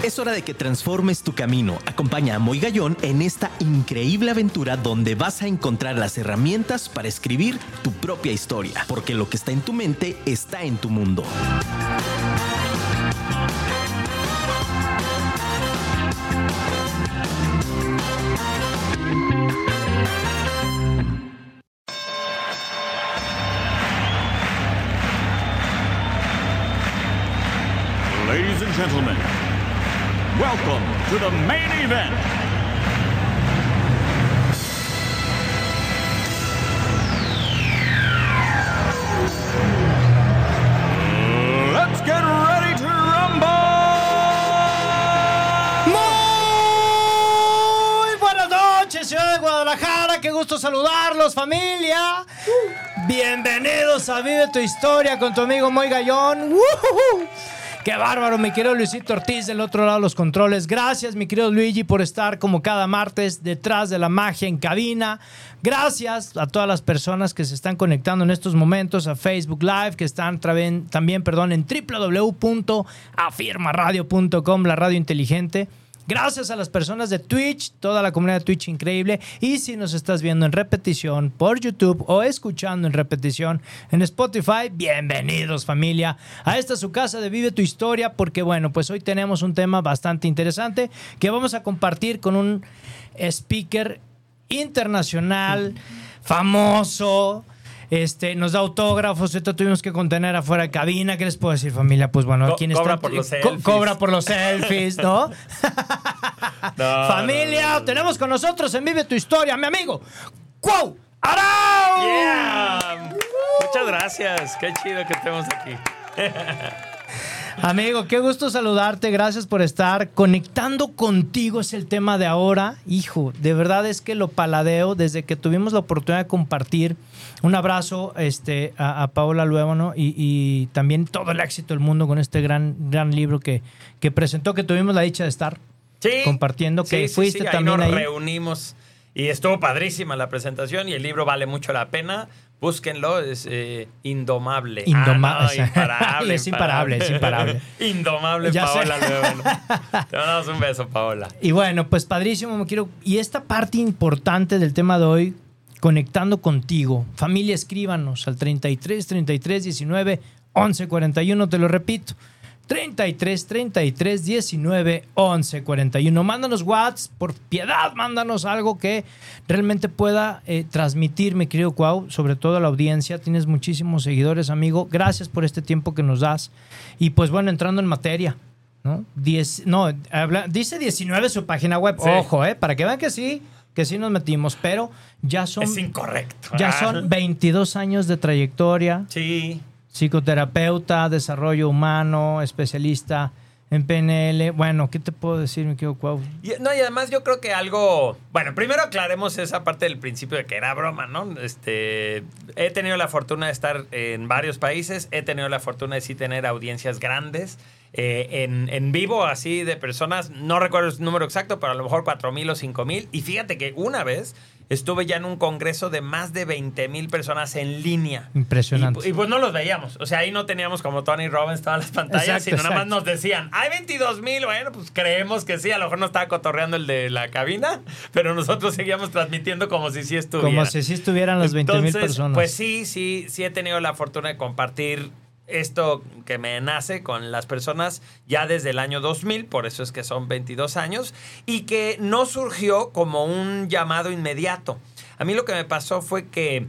Es hora de que transformes tu camino. Acompaña a Moy Gallón en esta increíble aventura donde vas a encontrar las herramientas para escribir tu propia historia. Porque lo que está en tu mente está en tu mundo. Ladies and gentlemen, welcome to the main event. Let's get ready to rumble. Muy buenas noches, ciudad de Guadalajara. Qué gusto saludarlos, familia. Bienvenidos a Vive tu Historia con tu amigo Moy Gallón. ¡Qué bárbaro, mi querido Luisito Ortiz del otro lado de los controles! Gracias, mi querido Luigi, por estar como cada martes detrás de la magia en cabina. Gracias a todas las personas que se están conectando en estos momentos a Facebook Live, que están también en www.afirmaradio.com, la radio inteligente. Gracias a las personas de Twitch, toda la comunidad de Twitch increíble. Y si nos estás viendo en repetición por YouTube o escuchando en repetición en Spotify, bienvenidos, familia, a esta su casa de Vive tu Historia, porque bueno, pues hoy tenemos un tema bastante interesante que vamos a compartir con un speaker internacional, famoso. Nos da autógrafos. Esto tuvimos que contener afuera de cabina. ¿Qué les puedo decir, familia? Pues bueno, ¿quién cobra está? Por los selfies. Cobra por los selfies, ¿no? Familia, no. Tenemos con nosotros en Vive tu Historia, mi amigo Cuau Arau. Yeah. Muchas gracias. Qué chido que estemos aquí. Amigo, qué gusto saludarte. Gracias por estar. Conectando contigo es el tema de ahora. Hijo, de verdad es que lo paladeo desde que tuvimos la oportunidad de compartir. Un abrazo a Paola Luévano y también todo el éxito del mundo con este gran libro que presentó, que tuvimos la dicha de estar compartiendo, que fuiste también ahí. Nos ahí. reunimos y estuvo padrísima la presentación y el libro vale mucho la pena. Búsquenlo, es indomable. Imparable. Es imparable. Indomable, Ya Paola Luévano. Te mandamos un beso, Paola. Y bueno, pues padrísimo, Y esta parte importante del tema de hoy, conectando contigo. Familia, escríbanos al 33 33 19 11 41. Te lo repito. 33 33 19 11 41. Mándanos WhatsApp, por piedad, mándanos algo que realmente pueda transmitir, mi querido Cuau, sobre todo a la audiencia. Tienes muchísimos seguidores, amigo. Gracias por este tiempo que nos das. Y pues bueno, entrando en materia, ¿no? Dice 19 su página web. Sí. Ojo, para que vean que sí nos metimos, pero ya son... Es incorrecto. Ya son 22 años de trayectoria. Sí. Psicoterapeuta, desarrollo humano, especialista en PNL. Bueno, ¿qué te puedo decir, mi querido Cuau? Y además yo creo que algo... Bueno, primero aclaremos esa parte del principio de que era broma, ¿no? He tenido la fortuna de estar en varios países. He tenido la fortuna de sí tener audiencias grandes. En vivo, así de personas, no recuerdo el número exacto, pero a lo mejor 4,000 o 5,000. Y fíjate que una vez estuve ya en un congreso de más de 20,000 personas en línea. Impresionante. Y pues no los veíamos. O sea, ahí no teníamos como Tony Robbins todas las pantallas, sino nada más nos decían, hay 22,000. Bueno, pues creemos que sí. A lo mejor no estaba cotorreando el de la cabina, pero nosotros seguíamos transmitiendo como si sí estuviera. Como si sí estuvieran las 20,000 personas. Pues sí he tenido la fortuna de compartir esto que me nace con las personas ya desde el año 2000, por eso es que son 22 años, y que no surgió como un llamado inmediato. A mí lo que me pasó fue que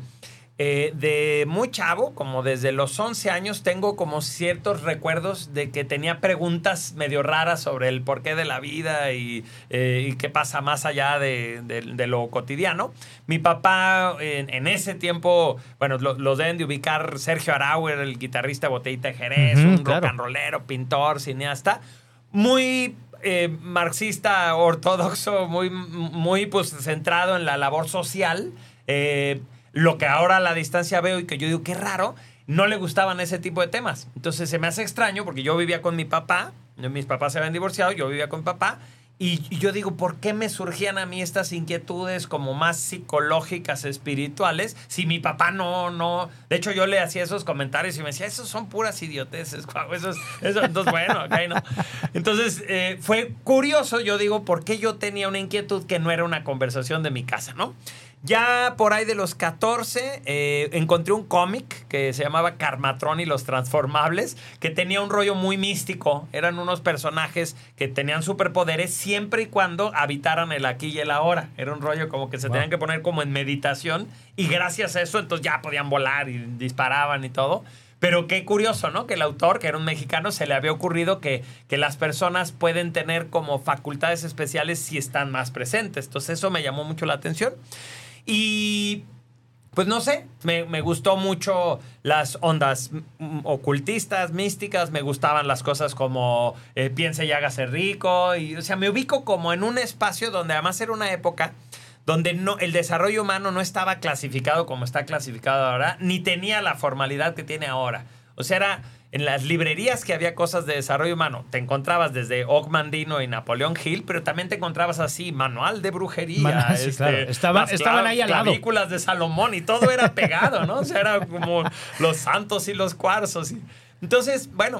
de muy chavo, como desde los 11 años, tengo como ciertos recuerdos de que tenía preguntas medio raras sobre el porqué de la vida y qué pasa más allá de lo cotidiano. Mi papá, en ese tiempo, bueno, lo deben de ubicar, Sergio Arauer, el guitarrista de Botellita de Jerez, rock and rollero, pintor, cineasta, muy marxista, ortodoxo, muy pues centrado en la labor social. Lo que ahora a la distancia veo y que yo digo, qué raro, no le gustaban ese tipo de temas. Entonces se me hace extraño porque yo vivía con mi papá, mis papás se habían divorciado, yo vivía con mi papá, Y yo digo, ¿por qué me surgían a mí estas inquietudes como más psicológicas, espirituales? Si mi papá no... De hecho, yo le hacía esos comentarios y me decía, esos son puras idioteces, guau, eso. Entonces, bueno, okay, ¿no? Entonces, fue curioso, yo digo, ¿por qué yo tenía una inquietud que no era una conversación de mi casa, ¿no? Ya por ahí de los 14 encontré un cómic que se llamaba Karmatron y los Transformables, que tenía un rollo muy místico. Eran unos personajes que tenían superpoderes siempre y cuando habitaran el aquí y el ahora. Era un rollo como que se tenían que poner como en meditación y gracias a eso entonces ya podían volar y disparaban y todo. Pero qué curioso, ¿no? Que el autor, que era un mexicano, se le había ocurrido que las personas pueden tener como facultades especiales si están más presentes. Entonces eso me llamó mucho la atención. Y pues no sé, me gustó mucho las ondas ocultistas, místicas, me gustaban las cosas como piense y hágase rico, y, o sea, me ubico como en un espacio donde además era una época donde el desarrollo humano no estaba clasificado como está clasificado ahora, ni tenía la formalidad que tiene ahora. O sea, era en las librerías que había cosas de desarrollo humano. Te encontrabas desde Og Mandino y Napoleón Hill, pero también te encontrabas así, manual de brujería. Sí, claro. Estaban ahí al lado. Películas de Salomón y todo era pegado, ¿no? O sea, era como los santos y los cuarzos. Entonces, bueno,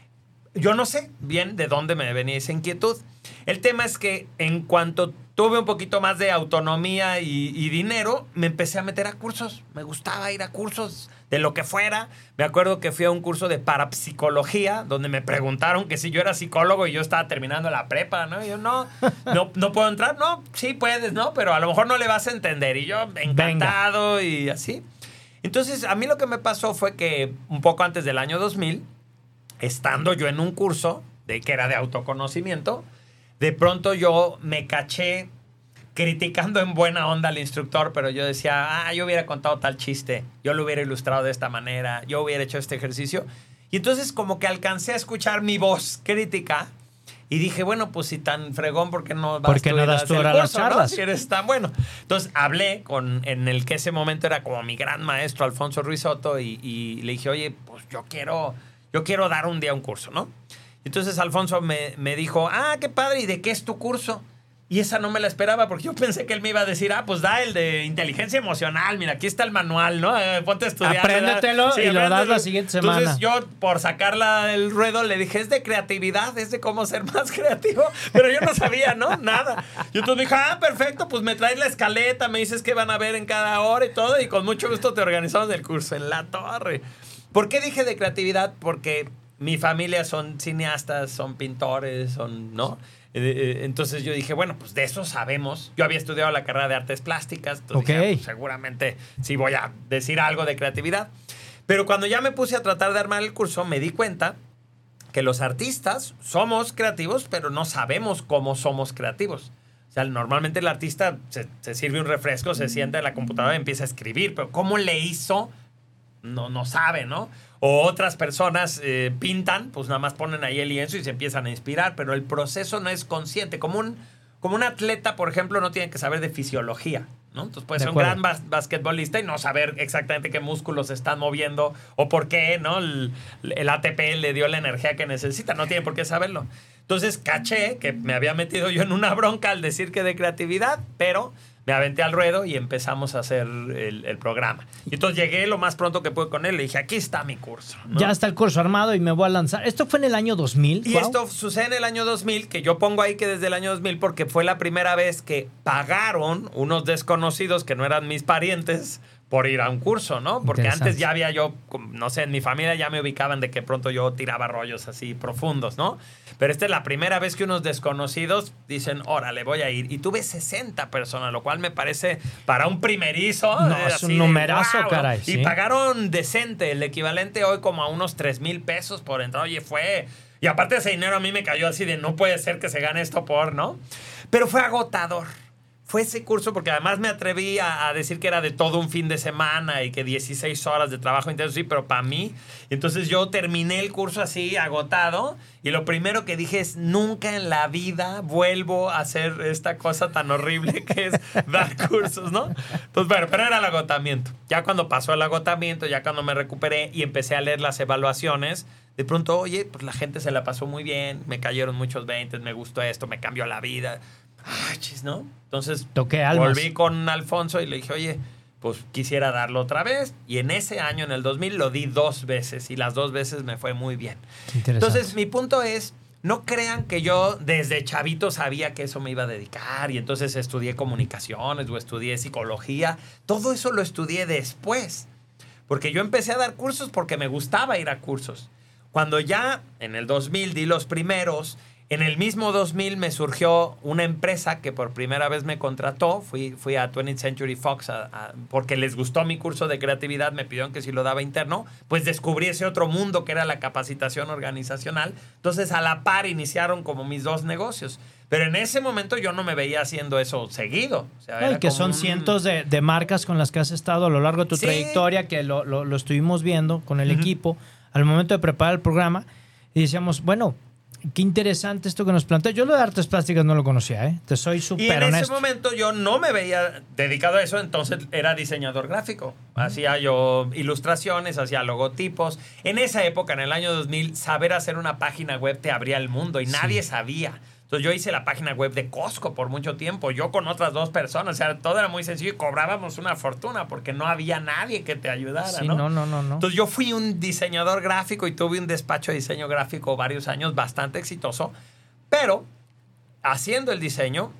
yo no sé bien de dónde me venía esa inquietud. El tema es que en cuanto tuve un poquito más de autonomía y dinero, me empecé a meter a cursos. Me gustaba ir a cursos de lo que fuera. Me acuerdo que fui a un curso de parapsicología, donde me preguntaron que si yo era psicólogo y yo estaba terminando la prepa, ¿no? Y yo, no puedo entrar. No, sí puedes, ¿no? Pero a lo mejor no le vas a entender. Y yo, encantado. Venga. Y así. Entonces, a mí lo que me pasó fue que un poco antes del año 2000, estando yo en un curso que era de autoconocimiento, de pronto yo me caché criticando en buena onda al instructor, pero yo decía, yo hubiera contado tal chiste, yo lo hubiera ilustrado de esta manera, yo hubiera hecho este ejercicio. Y entonces como que alcancé a escuchar mi voz crítica y dije, bueno, pues si tan fregón, ¿por qué no vas tú a das tú ahora las charlas? ¿No? Si eres tan bueno. Entonces hablé en el que ese momento era como mi gran maestro, Alfonso Ruiz Soto, y le dije, oye, pues yo quiero dar un día un curso, ¿no? Entonces Alfonso me dijo, qué padre, ¿y de qué es tu curso? Y esa no me la esperaba porque yo pensé que él me iba a decir, pues da el de inteligencia emocional, mira, aquí está el manual, ¿no? Ponte a estudiar. Apréndetelo y lo das la siguiente semana. Entonces yo, por sacarla del ruedo, le dije, es de creatividad, es de cómo ser más creativo. Pero yo no sabía, ¿no? Nada. Y entonces me dijo, perfecto, pues me traes la escaleta, me dices qué van a ver en cada hora y todo, y con mucho gusto te organizamos el curso en la torre. ¿Por qué dije de creatividad? Porque mi familia son cineastas, son pintores, ¿no? Entonces yo dije, bueno, pues de eso sabemos. Yo había estudiado la carrera de artes plásticas, entonces dije, pues seguramente sí voy a decir algo de creatividad. Pero cuando ya me puse a tratar de armar el curso, me di cuenta que los artistas somos creativos, pero no sabemos cómo somos creativos. O sea, normalmente el artista se sirve un refresco, se sienta en la computadora y empieza a escribir, pero cómo le hizo, no sabe, ¿no? O otras personas pintan, pues nada más ponen ahí el lienzo y se empiezan a inspirar, pero el proceso no es consciente. Como un atleta, por ejemplo, no tiene que saber de fisiología, ¿no? Entonces puede ser un gran basquetbolista y no saber exactamente qué músculos se están moviendo o por qué, ¿no? El ATP le dio la energía que necesita, no tiene por qué saberlo. Entonces caché que me había metido yo en una bronca al decir que de creatividad, pero me aventé al ruedo y empezamos a hacer el programa. Y entonces llegué lo más pronto que pude con él. Le dije, aquí está mi curso, ¿no? Ya está el curso armado y me voy a lanzar. ¿Esto fue en el año 2000? Y esto sucede en el año 2000, que yo pongo ahí que desde el año 2000 porque fue la primera vez que pagaron unos desconocidos que no eran mis parientes por ir a un curso, ¿no? Porque antes ya había yo, no sé, en mi familia ya me ubicaban de que pronto yo tiraba rollos así profundos, ¿no? Pero esta es la primera vez que unos desconocidos dicen, órale, voy a ir. Y tuve 60 personas, lo cual me parece para un primerizo. No, es un numerazo, wow, caray. Y pagaron decente, el equivalente hoy como a unos 3,000 pesos por entrar. Oye, fue... Y aparte ese dinero a mí me cayó así de no puede ser que se gane esto por, ¿no? Pero fue agotador. fue ese curso, porque además me atreví a decir que era de todo un fin de semana y que 16 horas de trabajo intenso, sí, pero para mí. Entonces yo terminé el curso así, agotado, y lo primero que dije es, nunca en la vida vuelvo a hacer esta cosa tan horrible que es dar cursos, ¿no? Entonces, bueno, pero era el agotamiento. Ya cuando pasó el agotamiento, ya cuando me recuperé y empecé a leer las evaluaciones, de pronto, oye, pues la gente se la pasó muy bien, me cayeron muchos 20, me gustó esto, me cambió la vida. Ay, chis, ¿no? Entonces Toqué almas. volví con Alfonso y le dije, oye, pues quisiera darlo otra vez. Y en ese año, en el 2000, lo di 2 veces y las 2 veces me fue muy bien. Entonces, mi punto es, no crean que yo desde chavito sabía que eso me iba a dedicar y entonces estudié comunicaciones o estudié psicología. Todo eso lo estudié después, porque yo empecé a dar cursos porque me gustaba ir a cursos. Cuando ya en el 2000 di los primeros, en el mismo 2000 me surgió una empresa que por primera vez me contrató. Fui a 20th Century Fox porque les gustó mi curso de creatividad, me pidieron que si lo daba interno, pues descubrí ese otro mundo que era la capacitación organizacional. Entonces a la par iniciaron como mis 2 negocios. Pero en ese momento yo no me veía haciendo eso seguido. O sea, Y que son cientos de marcas con las que has estado a lo largo de tu trayectoria, que lo estuvimos viendo con el equipo al momento de preparar el programa. Y decíamos, bueno, qué interesante esto que nos plantea. Yo lo de artes plásticas no lo conocía, ¿eh? Te soy súper honesto. Y en ese momento yo no me veía dedicado a eso, entonces era diseñador gráfico. Hacía yo ilustraciones, hacía logotipos. En esa época, en el año 2000, saber hacer una página web te abría el mundo y nadie sabía. Entonces yo hice la página web de Costco por mucho tiempo, yo con otras 2 personas, o sea, todo era muy sencillo y cobrábamos una fortuna porque no había nadie que te ayudara, Sí, ¿no? no. Entonces yo fui un diseñador gráfico y tuve un despacho de diseño gráfico varios años bastante exitoso, pero haciendo el diseño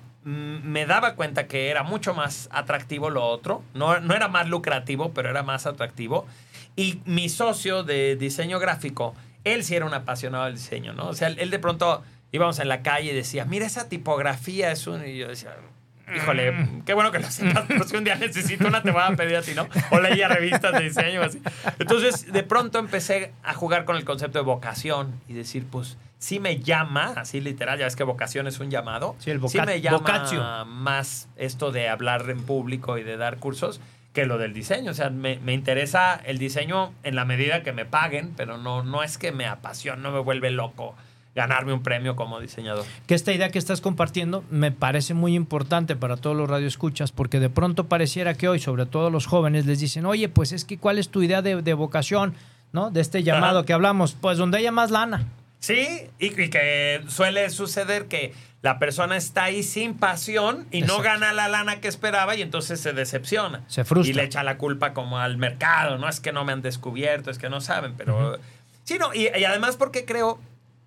me daba cuenta que era mucho más atractivo lo otro, no era más lucrativo, pero era más atractivo. Y mi socio de diseño gráfico, él sí era un apasionado del diseño, ¿no? O sea, él de pronto íbamos en la calle y decía, mira esa tipografía, es un... Y yo decía, híjole, qué bueno que lo sepas, pero si un día necesito una te voy a pedir a ti, ¿no? O leía revistas de diseño así. Entonces, de pronto empecé a jugar con el concepto de vocación y decir, pues, sí me llama, así literal, ya ves que vocación es un llamado. Sí, el sí me llama vocatio. más esto de hablar en público y de dar cursos que lo del diseño. O sea, me interesa el diseño en la medida que me paguen, pero no es que me apasione, no me vuelve loco ganarme un premio como diseñador. Que esta idea que estás compartiendo me parece muy importante para todos los radioescuchas, porque de pronto pareciera que hoy, sobre todo los jóvenes, les dicen, oye, pues es que ¿cuál es tu idea de vocación, ¿no? De este llamado que hablamos. Pues donde haya más lana. Sí, y que suele suceder que la persona está ahí sin pasión y no gana la lana que esperaba y entonces se decepciona. Se frustra. Y le echa la culpa como al mercado. No es que no me han descubierto, es que no saben, pero... Sí, no, y además porque creo...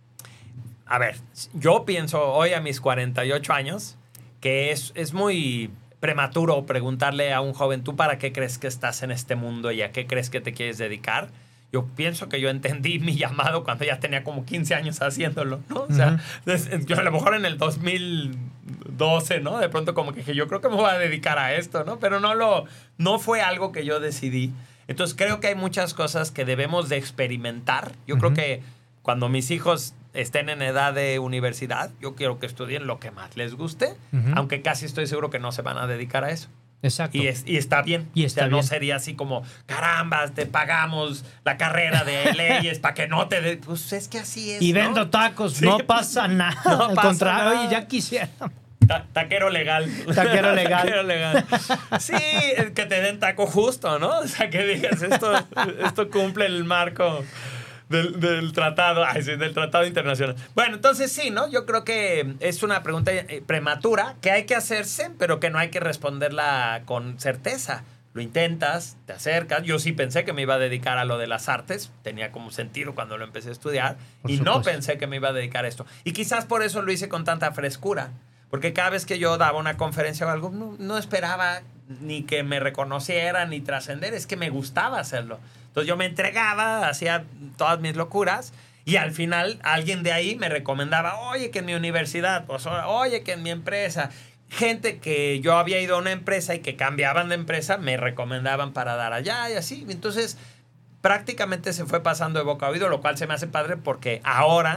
A ver, yo pienso hoy a mis 48 años que es muy prematuro preguntarle a un joven, ¿tú para qué crees que estás en este mundo y a qué crees que te quieres dedicar? Yo pienso que yo entendí mi llamado cuando ya tenía como 15 años haciéndolo, ¿no? O sea, yo a lo mejor en el 2012, ¿no? De pronto como que dije, yo creo que me voy a dedicar a esto, ¿no? Pero no fue algo que yo decidí. Entonces creo que hay muchas cosas que debemos de experimentar. Yo creo que cuando mis hijos estén en edad de universidad, yo quiero que estudien lo que más les guste, aunque casi estoy seguro que no se van a dedicar a eso. Exacto. Y está bien. Y está no bien. sería así como, caramba, te pagamos la carrera de leyes para que no te... Pues es que así es, Y ¿no? vendo tacos, Sí. no pasa nada. No Al pasa contrario, nada. oye, ya quisiera. Taquero legal. Taquero legal. Taquero legal. Sí, que te den taco justo, ¿no? O sea, que digas, esto cumple el marco del tratado, del tratado internacional. Bueno, entonces sí, ¿no? Yo creo que es una pregunta prematura que hay que hacerse, pero que no hay que responderla con certeza. Lo intentas, te acercas. Yo sí pensé que me iba a dedicar a lo de las artes. Tenía como sentido cuando lo empecé a estudiar. Por y supuesto. no pensé que me iba a dedicar a esto. Y quizás por eso lo hice con tanta frescura. Porque cada vez que yo daba una conferencia o algo, no esperaba ni que me reconocieran ni trascender. Es que me gustaba hacerlo. Entonces yo me entregaba, hacía todas mis locuras. Y al final alguien de ahí me recomendaba, oye, que en mi universidad, pues, oye, que en mi empresa. Gente que yo había ido a una empresa y que cambiaban de empresa, me recomendaban para dar allá y así. Entonces, prácticamente se fue pasando de boca a oído, lo cual se me hace padre porque ahora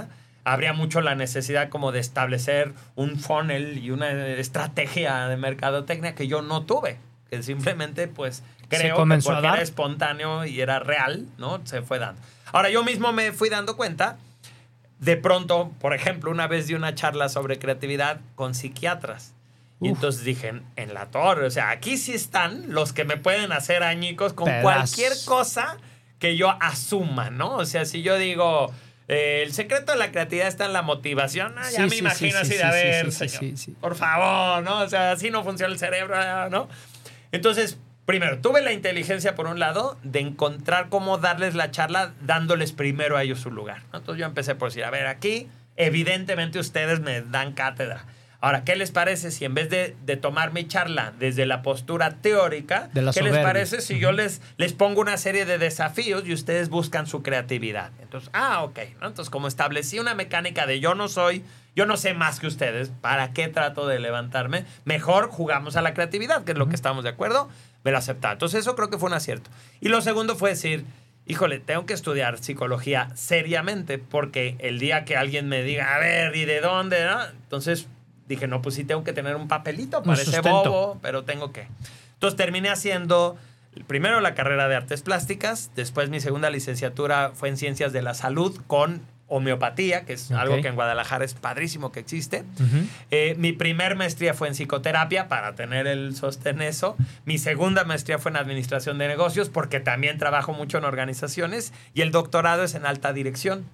habría mucho la necesidad como de establecer un funnel y una estrategia de mercadotecnia que yo no tuve, que simplemente pues creo que porque era espontáneo y era real, ¿no? Se fue dando. Ahora, yo mismo me fui dando cuenta, de pronto, por ejemplo, una vez di una charla sobre creatividad con psiquiatras. Y entonces dije, en la torre, o sea, aquí sí están los que me pueden hacer añicos con cualquier cosa que yo asuma, ¿no? O sea, si yo digo, el secreto de la creatividad está en la motivación, ya me imagino así de, a ver, señor, por favor, ¿no? O sea, así no funciona el cerebro, ¿no? Entonces, primero, tuve la inteligencia, por un lado, de encontrar cómo darles la charla dándoles primero a ellos su lugar, ¿no? Entonces yo empecé por decir, a ver, aquí evidentemente ustedes me dan cátedra. Ahora, ¿qué les parece si en vez de tomar mi charla desde la postura teórica, ¿qué les parece si yo les pongo una serie de desafíos y ustedes buscan su creatividad? Entonces, ok, ¿no? Entonces, como establecí una mecánica de yo no sé más que ustedes, ¿para qué trato de levantarme? Mejor jugamos a la creatividad, que es lo que estamos de acuerdo, me lo aceptaba. Entonces, eso creo que fue un acierto. Y lo segundo fue decir, híjole, tengo que estudiar psicología seriamente, porque el día que alguien me diga, a ver, ¿y de dónde? ¿No? Entonces dije, no, pues sí tengo que tener un papelito, parece bobo, pero tengo que. Entonces terminé haciendo primero la carrera de artes plásticas, después mi segunda licenciatura fue en ciencias de la salud con homeopatía, que es algo que en Guadalajara es padrísimo que existe. Mi primer maestría fue en psicoterapia para tener el sostén eso. Mi segunda maestría fue en administración de negocios porque también trabajo mucho en organizaciones y el doctorado es en alta dirección.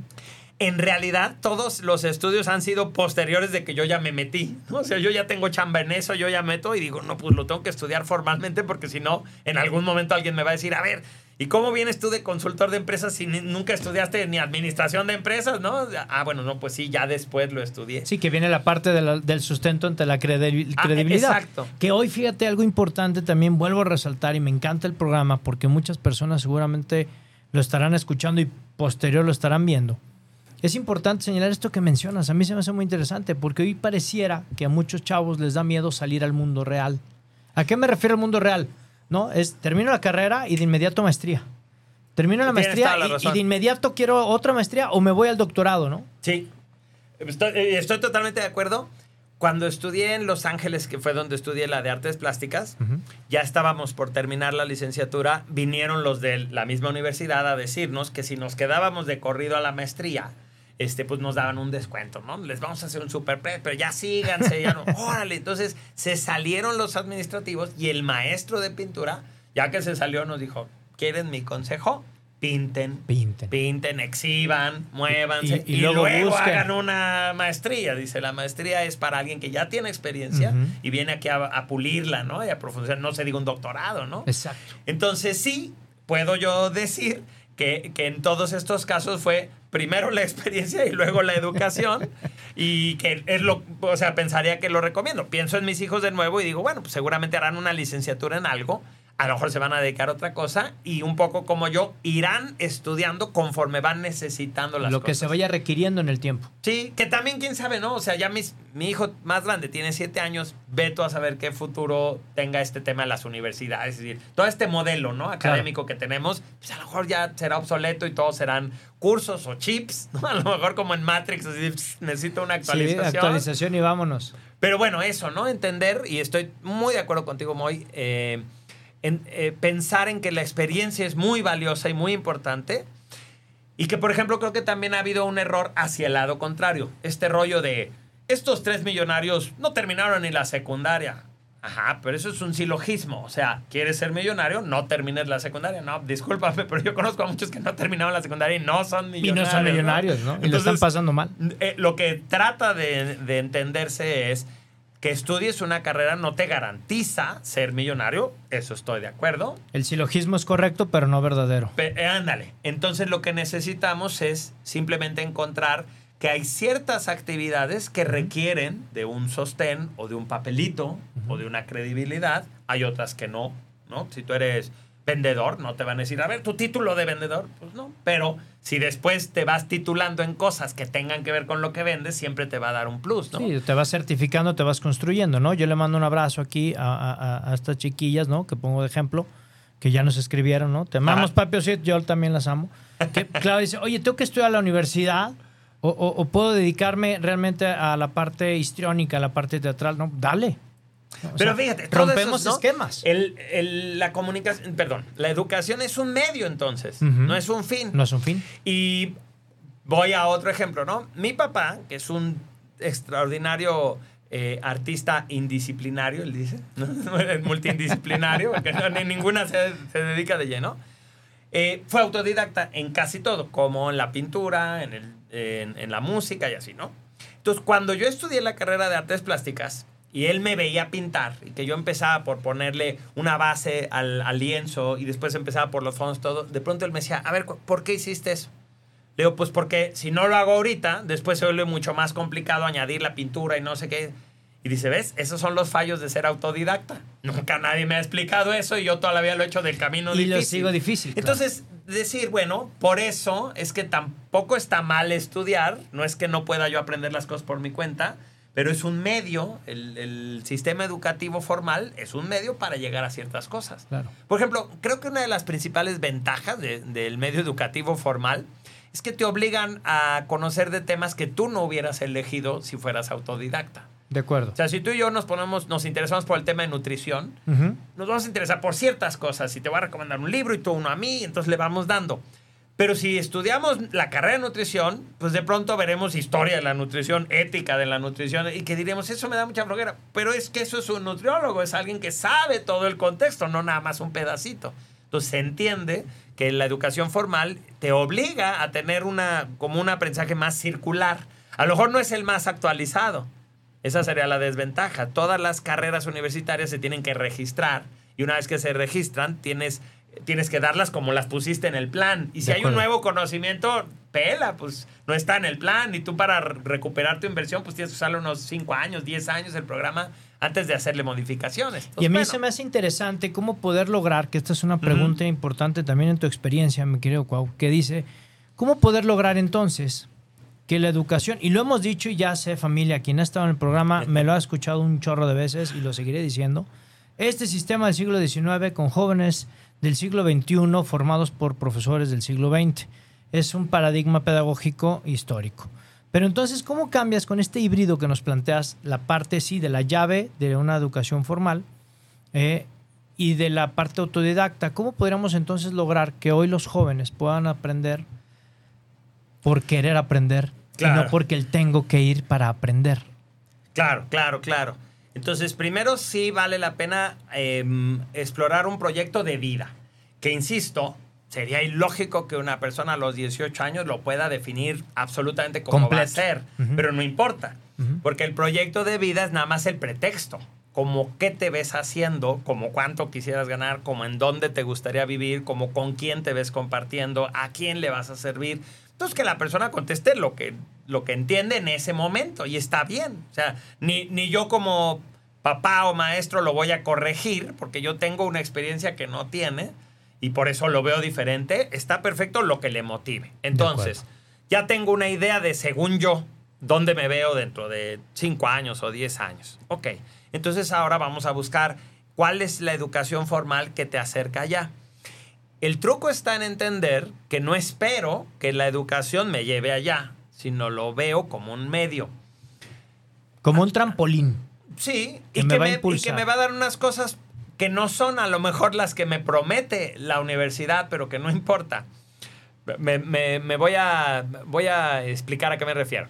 En realidad, todos los estudios han sido posteriores de que yo ya me metí, ¿no? O sea, yo ya tengo chamba en eso, yo ya meto y digo, no, pues lo tengo que estudiar formalmente porque si no, en algún momento alguien me va a decir, a ver, ¿y cómo vienes tú de consultor de empresas si nunca estudiaste ni administración de empresas, no? Bueno, no, pues sí, ya después lo estudié. Sí, que viene la parte del sustento ante la credibilidad. Exacto. Que hoy, fíjate, algo importante también vuelvo a resaltar y me encanta el programa porque muchas personas seguramente lo estarán escuchando y posterior lo estarán viendo. Es importante señalar esto que mencionas. A mí se me hace muy interesante porque hoy pareciera que a muchos chavos les da miedo salir al mundo real. ¿A qué me refiero al mundo real? ¿No? Termino la carrera y de inmediato maestría. Termino la maestría y de inmediato quiero otra maestría o me voy al doctorado, ¿no? Sí. Estoy totalmente de acuerdo. Cuando estudié en Los Ángeles, que fue donde estudié la de artes plásticas, ya estábamos por terminar la licenciatura. Vinieron los de la misma universidad a decirnos que si nos quedábamos de corrido a la maestría, pues nos daban un descuento, ¿no? Les vamos a hacer un super pero ya síganse, ya no. Órale, entonces se salieron los administrativos y el maestro de pintura, ya que se salió, nos dijo, ¿quieren mi consejo? Pinten, exhiban, muévanse y luego hagan una maestría. Dice, la maestría es para alguien que ya tiene experiencia y viene aquí a pulirla, ¿no? Y a profundizar, no se diga un doctorado, ¿no? Exacto. Entonces sí, puedo yo decir que en todos estos casos fue primero la experiencia y luego la educación y que es o sea, pensaría que lo recomiendo. Pienso en mis hijos de nuevo y digo, bueno, pues seguramente harán una licenciatura en algo, a lo mejor se van a dedicar a otra cosa y un poco como yo, irán estudiando conforme van necesitando las cosas. Lo que se vaya requiriendo en el tiempo. Sí, que también, quién sabe, ¿no? O sea, ya mi hijo más grande tiene 7 años, veto a saber qué futuro tenga este tema de las universidades. Es decir, todo este modelo, ¿no? Académico que tenemos, pues a lo mejor ya será obsoleto y todos serán cursos o chips, ¿no? A lo mejor como en Matrix, así, necesito una actualización. Sí, actualización y vámonos. Pero bueno, eso, ¿no? Entender, y estoy muy de acuerdo contigo, Moy, pensar en que la experiencia es muy valiosa y muy importante y que, por ejemplo, creo que también ha habido un error hacia el lado contrario. Este rollo de estos 3 millonarios no terminaron ni la secundaria. Ajá, pero eso es un silogismo. O sea, ¿quieres ser millonario? No termines la secundaria. No, discúlpame, pero yo conozco a muchos que no terminaron la secundaria y no son millonarios. Y no son millonarios, ¿no? Y lo están pasando mal. Lo que trata de entenderse es que estudies una carrera no te garantiza ser millonario. Eso estoy de acuerdo. El silogismo es correcto, pero no verdadero. Ándale. Entonces lo que necesitamos es simplemente encontrar que hay ciertas actividades que requieren de un sostén o de un papelito o de una credibilidad. Hay otras que no, ¿no? Si tú eres vendedor, no te van a decir, a ver, tu título de vendedor, pues no. Pero si después te vas titulando en cosas que tengan que ver con lo que vendes, siempre te va a dar un plus, ¿no? Sí, te vas certificando, te vas construyendo, ¿no? Yo le mando un abrazo aquí a estas chiquillas, ¿no? Que pongo de ejemplo, que ya nos escribieron, ¿no? Te amamos, papi, sí, yo también las amo. Que, claro, dice, oye, tengo que estudiar a la universidad, O puedo dedicarme realmente a la parte histriónica, a la parte teatral. No, dale. O Pero sea, fíjate, todo rompemos eso, ¿no? esquemas. La comunicación, perdón, la educación es un medio entonces, Ujú. no es un fin. No es un fin. Y voy a otro ejemplo, ¿no? Mi papá, que es un extraordinario artista indisciplinario, él dice, ¿no? Multidisciplinario, porque ni ninguna se dedica de lleno. Fue autodidacta en casi todo, como en la pintura, en la música y así, ¿no? Entonces, cuando yo estudié la carrera de artes plásticas y él me veía pintar y que yo empezaba por ponerle una base al lienzo y después empezaba por los fondos, todo, de pronto él me decía, a ver, ¿por qué hiciste eso? Le digo, pues porque si no lo hago ahorita, después se vuelve mucho más complicado añadir la pintura y no sé qué. Y dice, ¿ves? Esos son los fallos de ser autodidacta. Nunca nadie me ha explicado eso y yo toda la vida lo he hecho del camino difícil. Y lo sigo difícil. Entonces, decir, bueno, por eso es que tampoco está mal estudiar. No es que no pueda yo aprender las cosas por mi cuenta, pero es un medio, el sistema educativo formal es un medio para llegar a ciertas cosas. Claro. Por ejemplo, creo que una de las principales ventajas del medio educativo formal es que te obligan a conocer de temas que tú no hubieras elegido si fueras autodidacta. De acuerdo. O sea, si tú y yo nos interesamos por el tema de nutrición, Ujú. nos vamos a interesar por ciertas cosas. Y te voy a recomendar un libro y tú uno a mí, entonces le vamos dando. Pero si estudiamos la carrera de nutrición, pues de pronto veremos historia de la nutrición, ética de la nutrición, y que diremos, eso me da mucha flojera. Pero es que eso es un nutriólogo, es alguien que sabe todo el contexto, no nada más un pedacito. Entonces se entiende que la educación formal te obliga a tener como un aprendizaje más circular. A lo mejor no es el más actualizado. Esa sería la desventaja. Todas las carreras universitarias se tienen que registrar y una vez que se registran tienes que darlas como las pusiste en el plan. Y si De hay un acuerdo. nuevo conocimiento, pela, pues no está en el plan. Y tú para recuperar tu inversión, pues tienes que usarle unos 5 años, 10 años el programa antes de hacerle modificaciones. Entonces, Y a mí bueno, se me hace interesante cómo poder lograr, que esta es una pregunta importante también en tu experiencia, mi querido Cuau, que dice, ¿cómo poder lograr entonces que la educación, y lo hemos dicho y ya sé, familia, quien ha estado en el programa me lo ha escuchado un chorro de veces y lo seguiré diciendo, este sistema del siglo XIX con jóvenes del siglo XXI formados por profesores del siglo XX es un paradigma pedagógico histórico. Pero entonces, ¿cómo cambias con este híbrido que nos planteas la parte, sí, de la llave de una educación formal y de la parte autodidacta? ¿Cómo podríamos entonces lograr que hoy los jóvenes puedan aprender por querer aprender y Claro. no porque el tengo que ir para aprender? Claro. Entonces, primero sí vale la pena explorar un proyecto de vida. Que, insisto, sería ilógico que una persona a los 18 años lo pueda definir absolutamente como va a Completo. ser. Ujú. Pero no importa. Ujú. Porque el proyecto de vida es nada más el pretexto. Como qué te ves haciendo, como cuánto quisieras ganar, como en dónde te gustaría vivir, como con quién te ves compartiendo, a quién le vas a servir. Entonces, que la persona conteste lo que entiende en ese momento y está bien. O sea, ni yo como papá o maestro lo voy a corregir porque yo tengo una experiencia que no tiene y por eso lo veo diferente. Está perfecto lo que le motive. Entonces, ya tengo una idea de, según yo, dónde me veo dentro de 5 años o 10 años. Ok, entonces ahora vamos a buscar cuál es la educación formal que te acerca allá. El truco está en entender que no espero que la educación me lleve allá, sino lo veo como un medio. Como un trampolín. Sí, Que me va a impulsar. y que me va a dar unas cosas que no son a lo mejor las que me promete la universidad, pero que no importa. Me voy a explicar a qué me refiero.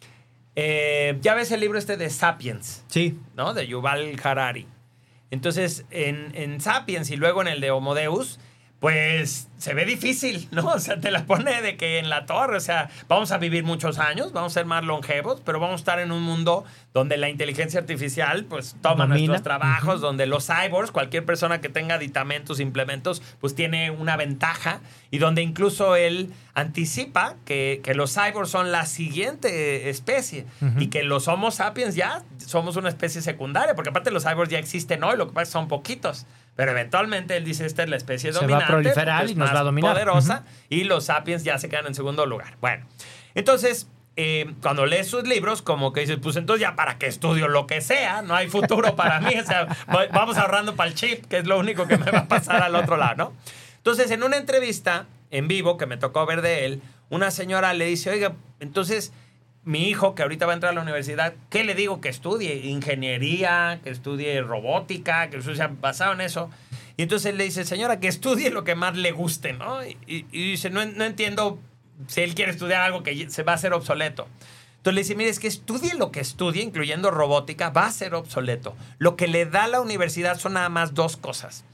Ya ves el libro este de Sapiens, Sí. ¿no? De Yuval Harari. Entonces, en Sapiens y luego en el de Homo Deus, pues se ve difícil, ¿no? O sea, te la pone de que en la torre, o sea, vamos a vivir muchos años, vamos a ser más longevos, pero vamos a estar en un mundo donde la inteligencia artificial, pues, toma Domina. nuestros trabajos, Ujú. donde los cyborgs, cualquier persona que tenga aditamentos, implementos, pues tiene una ventaja, y donde incluso él anticipa que los cyborgs son la siguiente especie, Ujú. y que los Homo sapiens ya somos una especie secundaria, porque aparte los cyborgs ya existen hoy, lo que pasa es que son poquitos. Pero eventualmente él dice, esta es la especie Se va a dominante. proliferar porque es y nos más va a dominar. poderosa, y los sapiens ya se quedan en segundo lugar. Bueno, entonces, cuando lees sus libros, como que dices, pues entonces ya para qué estudio lo que sea, no hay futuro para mí, o sea, vamos ahorrando para el chip, que es lo único que me va a pasar al otro lado, ¿no? Entonces, en una entrevista en vivo que me tocó ver de él, una señora le dice, oiga, entonces, mi hijo, que ahorita va a entrar a la universidad, ¿qué le digo? Que estudie ingeniería, que estudie robótica, que sea basado en eso. Y entonces él le dice, señora, que estudie lo que más le guste, ¿no? Y dice, no entiendo si él quiere estudiar algo que se va a hacer obsoleto. Entonces le dice, mire, es que estudie lo que estudie, incluyendo robótica, va a ser obsoleto. Lo que le da la universidad son nada más 2 cosas.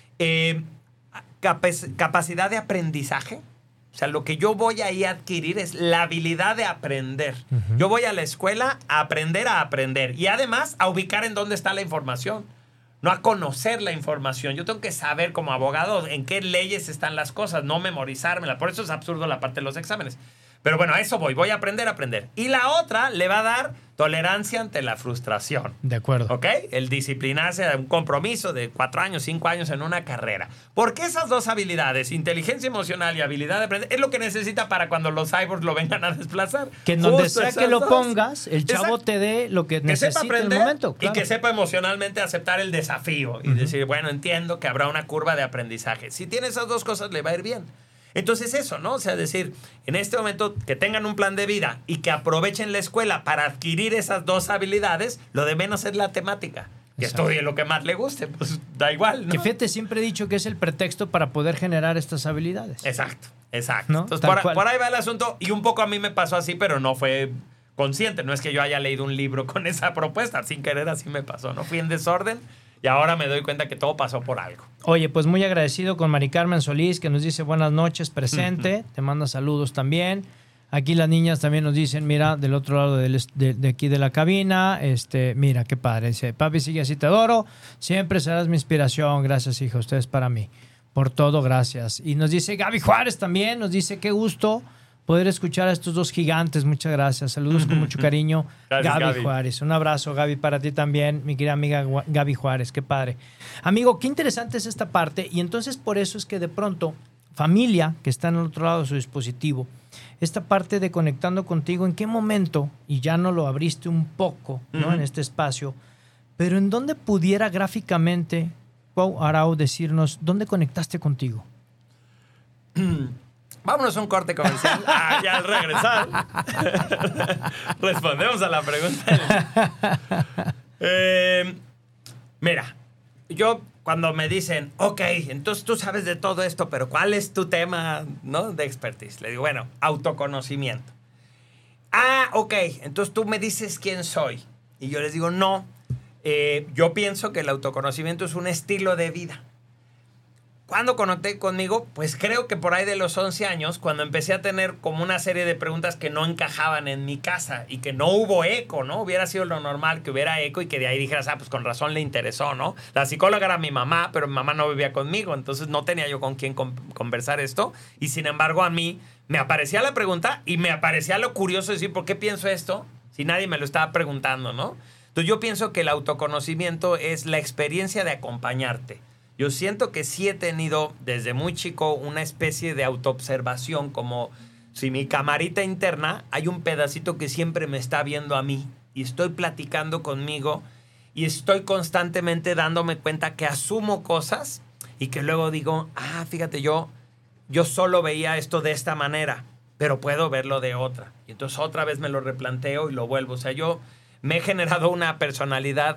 Capacidad de aprendizaje. O sea, lo que yo voy ahí a adquirir es la habilidad de aprender. Uh-huh. Yo voy a la escuela a aprender. Y además a ubicar en dónde está la información. No a conocer la información. Yo tengo que saber como abogado en qué leyes están las cosas, no memorizármela. Por eso es absurdo la parte de los exámenes. Pero bueno, a eso voy a aprender. Y la otra le va a dar tolerancia ante la frustración. De acuerdo. ¿Ok? El disciplinarse de un compromiso de 4 años, 5 años en una carrera. Porque esas 2 habilidades, inteligencia emocional y habilidad de aprender, es lo que necesita para cuando los cyborgs lo vengan a desplazar. Que en donde sea que lo pongas, el chavo Exacto. te dé lo que necesita sepa aprender en el momento. Claro. Y que sepa emocionalmente aceptar el desafío. Y decir, bueno, entiendo que habrá una curva de aprendizaje. Si tiene esas 2 cosas, le va a ir bien. Entonces eso, ¿no? O sea, decir, en este momento que tengan un plan de vida y que aprovechen la escuela para adquirir esas 2 habilidades, lo de menos es la temática. Que estudie lo que más le guste, pues da igual, ¿no? Que fíjate, siempre he dicho que es el pretexto para poder generar estas habilidades. Exacto. ¿No? Entonces, por ahí va el asunto. Y un poco a mí me pasó así, pero no fue consciente. No es que yo haya leído un libro con esa propuesta. Sin querer así me pasó. No fui en desorden. Y ahora me doy cuenta que todo pasó por algo. Oye, pues muy agradecido con Mari Carmen Solís, que nos dice buenas noches, presente. Te manda saludos también. Aquí las niñas también nos dicen, mira, del otro lado de aquí de la cabina, mira, qué padre. Dice, papi, sigue así, te adoro. Siempre serás mi inspiración. Gracias, hija, ustedes para mí. Por todo, gracias. Y nos dice Gaby Juárez también, nos dice, qué gusto poder escuchar a estos 2 gigantes. Muchas gracias. Saludos con mucho cariño. Gracias, Gaby Juárez. Un abrazo, Gaby, para ti también, mi querida amiga Gaby Juárez. Qué padre. Amigo, qué interesante es esta parte. Y entonces por eso es que de pronto, familia que está en el otro lado de su dispositivo, esta parte de conectando contigo, ¿en qué momento? Y ya no lo abriste un poco, ¿no? En este espacio. Pero ¿en dónde pudiera gráficamente Pau Arau decirnos dónde conectaste contigo? Vámonos a un corte comercial. Ya al regresar respondemos a la pregunta. Mira, yo cuando me dicen, ok, entonces tú sabes de todo esto, pero ¿cuál es tu tema, no, de expertise? Le digo, bueno, autoconocimiento. Ok, entonces tú me dices quién soy. Y yo les digo, no, yo pienso que el autoconocimiento es un estilo de vida. ¿Cuándo conecté conmigo? Pues creo que por ahí de los 11 años, cuando empecé a tener como una serie de preguntas que no encajaban en mi casa y que no hubo eco, ¿no? Hubiera sido lo normal que hubiera eco y que de ahí dijeras, pues con razón le interesó, ¿no? La psicóloga era mi mamá, pero mi mamá no vivía conmigo, entonces no tenía yo con quién conversar esto. Y sin embargo, a mí me aparecía la pregunta y me aparecía lo curioso de decir, ¿por qué pienso esto? Si nadie me lo estaba preguntando, ¿no? Entonces yo pienso que el autoconocimiento es la experiencia de acompañarte. Yo siento que sí he tenido desde muy chico una especie de autoobservación, como si mi camarita interna hay un pedacito que siempre me está viendo a mí y estoy platicando conmigo y estoy constantemente dándome cuenta que asumo cosas y que luego digo, fíjate, yo solo veía esto de esta manera, pero puedo verlo de otra. Y entonces otra vez me lo replanteo y lo vuelvo. O sea, yo me he generado una personalidad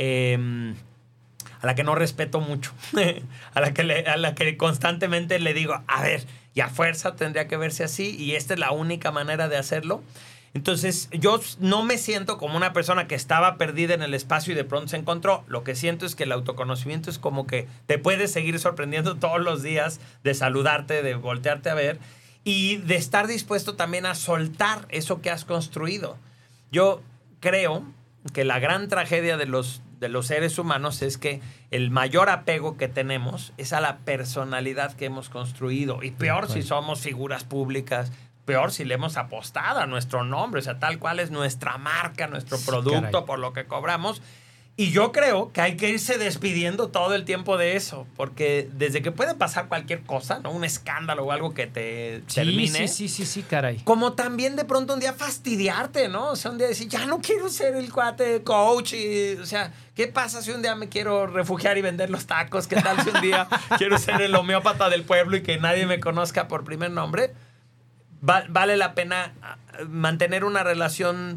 a la que no respeto mucho, a la que constantemente le digo, a ver, y a fuerza tendría que verse así, y esta es la única manera de hacerlo. Entonces, yo no me siento como una persona que estaba perdida en el espacio y de pronto se encontró. Lo que siento es que el autoconocimiento es como que te puedes seguir sorprendiendo todos los días, de saludarte, de voltearte a ver, y de estar dispuesto también a soltar eso que has construido. Yo creo que la gran tragedia de los seres humanos es que el mayor apego que tenemos es a la personalidad que hemos construido. Y peor si somos figuras públicas, peor si le hemos apostado a nuestro nombre, o sea, tal cual es nuestra marca, nuestro producto, por lo que cobramos. Y yo creo que hay que irse despidiendo todo el tiempo de eso, porque desde que puede pasar cualquier cosa, ¿no? Un escándalo o algo que te termine. Sí, caray. Como también de pronto un día fastidiarte, ¿no? O sea, un día decir, ya no quiero ser el cuate coach. O sea, ¿qué pasa si un día me quiero refugiar y vender los tacos? ¿Qué tal si un día quiero ser el homeópata del pueblo y que nadie me conozca por primer nombre? vale la pena mantener una relación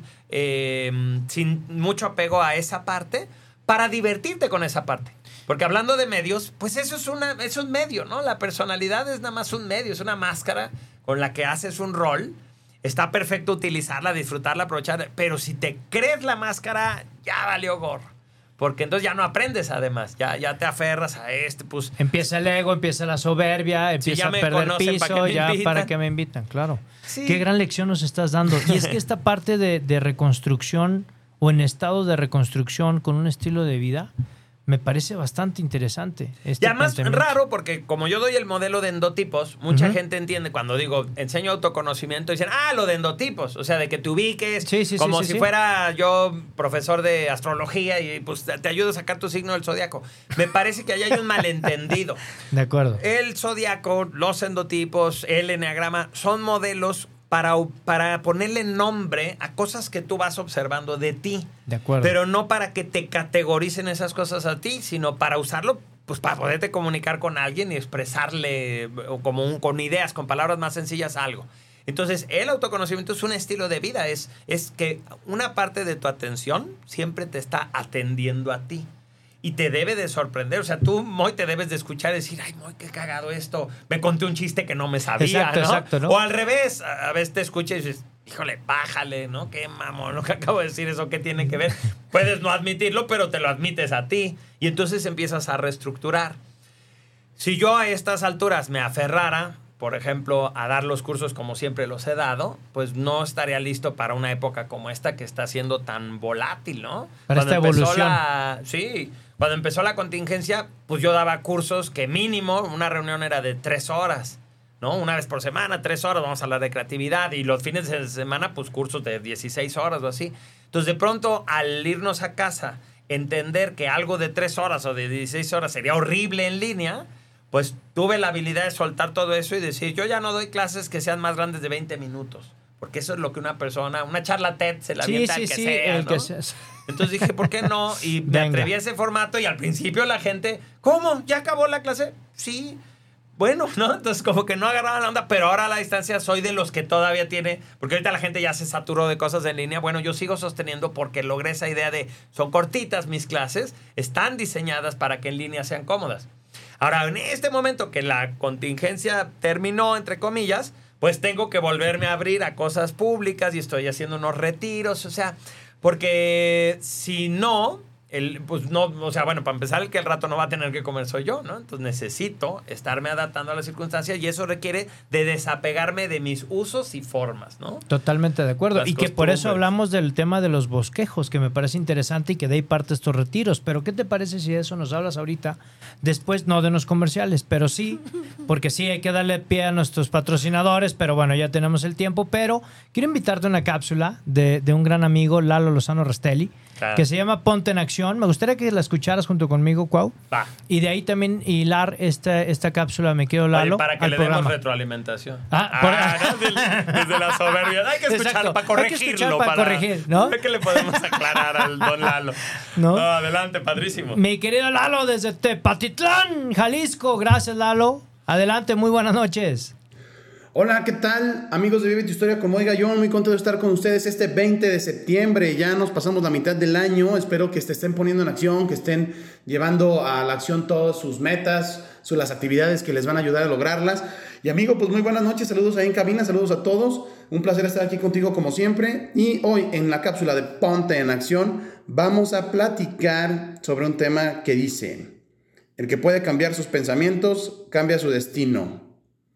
sin mucho apego a esa parte para divertirte con esa parte. Porque hablando de medios, pues eso es un medio, ¿no? La personalidad es nada más un medio, es una máscara con la que haces un rol. Está perfecto utilizarla, disfrutarla, aprovechar. Pero si te crees la máscara, ya valió gorro. Porque entonces ya no aprendes, además. Ya te aferras a pues... Empieza el ego, empieza la soberbia, empieza a perder piso, para que me invitan, claro. Sí. Qué gran lección nos estás dando. Y es que esta parte de reconstrucción o en estado de reconstrucción con un estilo de vida me parece bastante interesante. Y además raro porque como yo doy el modelo de endotipos, mucha gente entiende cuando digo enseño autoconocimiento, dicen, lo de endotipos, o sea, de que te ubiques si fuera yo profesor de astrología y pues te ayudo a sacar tu signo del zodiaco. Me parece que ahí hay un malentendido. De acuerdo. El zodiaco, los endotipos, el eneagrama son modelos para ponerle nombre a cosas que tú vas observando de ti. De acuerdo. Pero no para que te categoricen esas cosas a ti, sino para usarlo pues para poderte comunicar con alguien y expresarle con ideas, con palabras más sencillas algo. Entonces, el autoconocimiento es un estilo de vida. Es que una parte de tu atención siempre te está atendiendo a ti. Y te debe de sorprender. O sea, tú, Moy, te debes de escuchar y decir, ay, Moy, qué cagado esto. Me conté un chiste que no me sabía, ¿no? Exacto, ¿no? O al revés, a veces te escuchas y dices, híjole, bájale, ¿no? Qué mamón, lo que acabo de decir, ¿eso qué tiene que ver? Puedes no admitirlo, pero te lo admites a ti. Y entonces empiezas a reestructurar. Si yo a estas alturas me aferrara, por ejemplo, a dar los cursos como siempre los he dado, pues no estaría listo para una época como esta que está siendo tan volátil, ¿no? Para esta evolución. Cuando empezó la contingencia, pues yo daba cursos que mínimo, una reunión era de 3 horas, ¿no? Una vez por semana, 3 horas, vamos a hablar de creatividad. Y los fines de semana, pues cursos de 16 horas o así. Entonces, de pronto, al irnos a casa, entender que algo de 3 horas o de 16 horas sería horrible en línea, pues tuve la habilidad de soltar todo eso y decir, yo ya no doy clases que sean más grandes de 20 minutos. Porque eso es lo que una charla TED se la avienta al que sea, ¿no? Entonces dije, ¿por qué no? Y me atreví a ese formato y al principio la gente, ¿cómo? ¿Ya acabó la clase? Sí. Bueno, ¿no? Entonces como que no agarraban la onda, pero ahora a la distancia soy de los que todavía tiene, porque ahorita la gente ya se saturó de cosas en línea. Bueno, yo sigo sosteniendo porque logré esa idea de, son cortitas mis clases, están diseñadas para que en línea sean cómodas. Ahora, en este momento que la contingencia terminó, entre comillas, pues tengo que volverme a abrir a cosas públicas y estoy haciendo unos retiros, o sea, porque si no, pues no, o sea, bueno, para empezar, el que el rato no va a tener que comer soy yo, ¿no? Entonces necesito estarme adaptando a las circunstancias y eso requiere de desapegarme de mis usos y formas, ¿no? Totalmente de acuerdo. Las y que por eso hablamos del tema de los bosquejos, que me parece interesante y que de ahí parte estos retiros. Pero ¿qué te parece si de eso nos hablas ahorita? Después, no de los comerciales, pero sí, porque sí hay que darle pie a nuestros patrocinadores, pero bueno, ya tenemos el tiempo. Pero quiero invitarte a una cápsula de un gran amigo, Lalo Lozano Restelli, que se llama Ponte en Acción. Me gustaría que la escucharas junto conmigo, Cuau. Va. Y de ahí también hilar esta cápsula, me quiero Lalo. Oye, para que le programa. demos retroalimentación. ¿no? Desde la soberbia. Hay que escuchar para corregirlo. Hay que escuchar para corregir, ¿no? ¿Qué le podemos aclarar al don Lalo? ¿No? Adelante, padrísimo. Mi querido Lalo, desde Tepatitlán, Jalisco. Gracias, Lalo. Adelante, muy buenas noches. Hola, ¿qué tal? Amigos de Vive tu Historia como Oiga Yo, muy contento de estar con ustedes este 20 de septiembre. Ya nos pasamos la mitad del año. Espero que se estén poniendo en acción, que estén llevando a la acción todas sus metas, las actividades que les van a ayudar a lograrlas. Y amigo, pues muy buenas noches. Saludos ahí en cabina, saludos a todos. Un placer estar aquí contigo como siempre. Y hoy en la cápsula de Ponte en Acción vamos a platicar sobre un tema que dice: el que puede cambiar sus pensamientos, cambia su destino.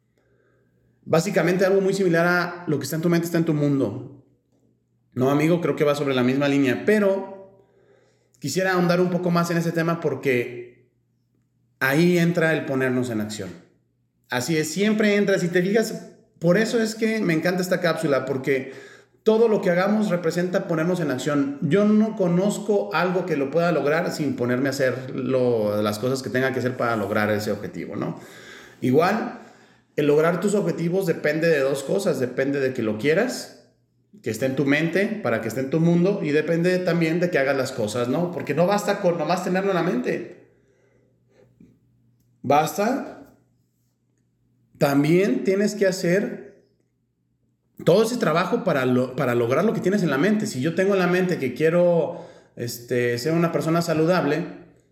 Básicamente algo muy similar a lo que está en tu mente, está en tu mundo. No, amigo, creo que va sobre la misma línea, pero quisiera ahondar un poco más en ese tema porque ahí entra el ponernos en acción. Así es, siempre entra, si te fijas, por eso es que me encanta esta cápsula, porque todo lo que hagamos representa ponernos en acción. Yo no conozco algo que lo pueda lograr sin ponerme a hacer las cosas que tenga que hacer para lograr ese objetivo, ¿no? Igual, el lograr tus objetivos depende de dos cosas. Depende de que lo quieras, que esté en tu mente, para que esté en tu mundo, y depende también de que hagas las cosas, ¿no? Porque no basta con nomás tenerlo en la mente. Basta. También tienes que hacer todo ese trabajo para lograr lo que tienes en la mente. Si yo tengo en la mente que quiero ser una persona saludable,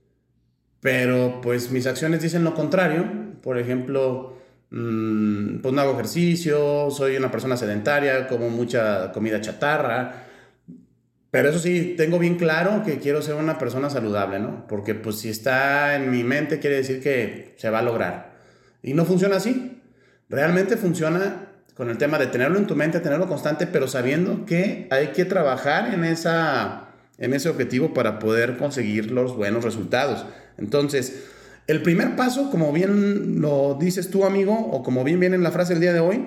pero pues mis acciones dicen lo contrario, por ejemplo, pues no hago ejercicio, soy una persona sedentaria, como mucha comida chatarra, pero eso sí, tengo bien claro que quiero ser una persona saludable, ¿no? Porque pues si está en mi mente quiere decir que se va a lograr. Y no funciona así. Realmente funciona con el tema de tenerlo en tu mente, tenerlo constante, pero sabiendo que hay que trabajar en ese objetivo para poder conseguir los buenos resultados. Entonces, el primer paso, como bien lo dices tú, amigo, o como bien viene en la frase del día de hoy,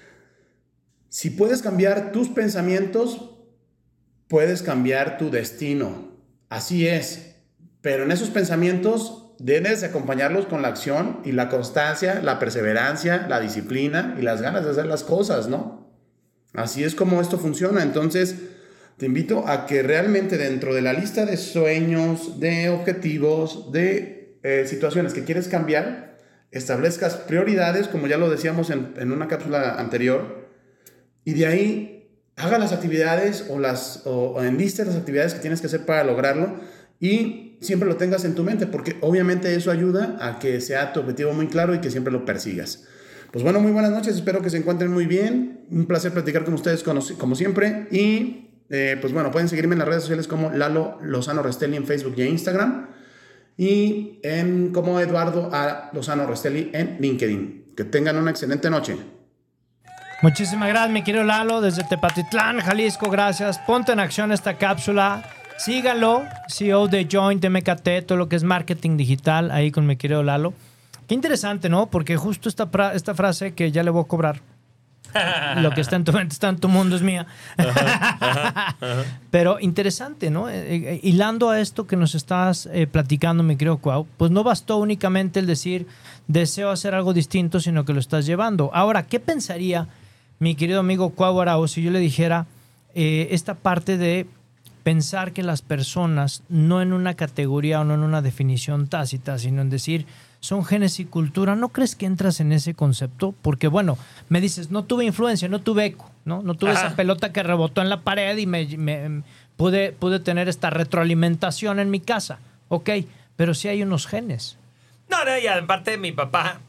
si puedes cambiar tus pensamientos, puedes cambiar tu destino. Así es. Pero en esos pensamientos debes acompañarlos con la acción y la constancia, la perseverancia, la disciplina y las ganas de hacer las cosas, ¿no? Así es como esto funciona. Entonces, te invito a que realmente dentro de la lista de sueños, de objetivos, de situaciones que quieres cambiar, establezcas prioridades, como ya lo decíamos en una cápsula anterior, y de ahí haga las actividades o enlistes las actividades que tienes que hacer para lograrlo y siempre lo tengas en tu mente, porque obviamente eso ayuda a que sea tu objetivo muy claro y que siempre lo persigas. Pues bueno, muy buenas noches, espero que se encuentren muy bien, un placer platicar con ustedes como siempre y pues bueno, pueden seguirme en las redes sociales como Lalo Lozano Restelli en Facebook y en Instagram y como Eduardo A. Lozano Restelli en LinkedIn. Que tengan una excelente noche. Muchísimas gracias, mi querido Lalo, desde Tepatitlán, Jalisco, gracias. Ponte en acción esta cápsula. Síganlo, CEO de Joint, MKT, todo lo que es marketing digital, ahí con mi querido Lalo. Qué interesante, ¿no? Porque justo esta frase que ya le voy a cobrar. Lo que está en tu mente, está en tu mundo, es mía. Ajá. Pero interesante, ¿no? Hilando a esto que nos estás platicando, mi querido Cuau, pues no bastó únicamente el decir deseo hacer algo distinto, sino que lo estás llevando. Ahora, ¿qué pensaría mi querido amigo Cuau Arau si yo le dijera esta parte de pensar que las personas, no en una categoría o no en una definición tácita, sino en decir son genes y cultura? ¿No crees que entras en ese concepto? Porque, bueno, me dices, no tuve influencia, no tuve eco, ¿no? No tuve esa pelota que rebotó en la pared y me pude tener esta retroalimentación en mi casa. Ok, pero sí hay unos genes. No, y aparte mi papá,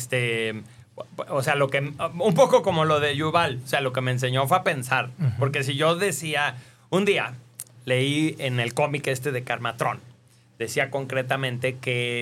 o sea, un poco como lo de Yuval, o sea, lo que me enseñó fue a pensar. Uh-huh. Porque si yo decía, un día leí en el cómic de Karmatron, decía concretamente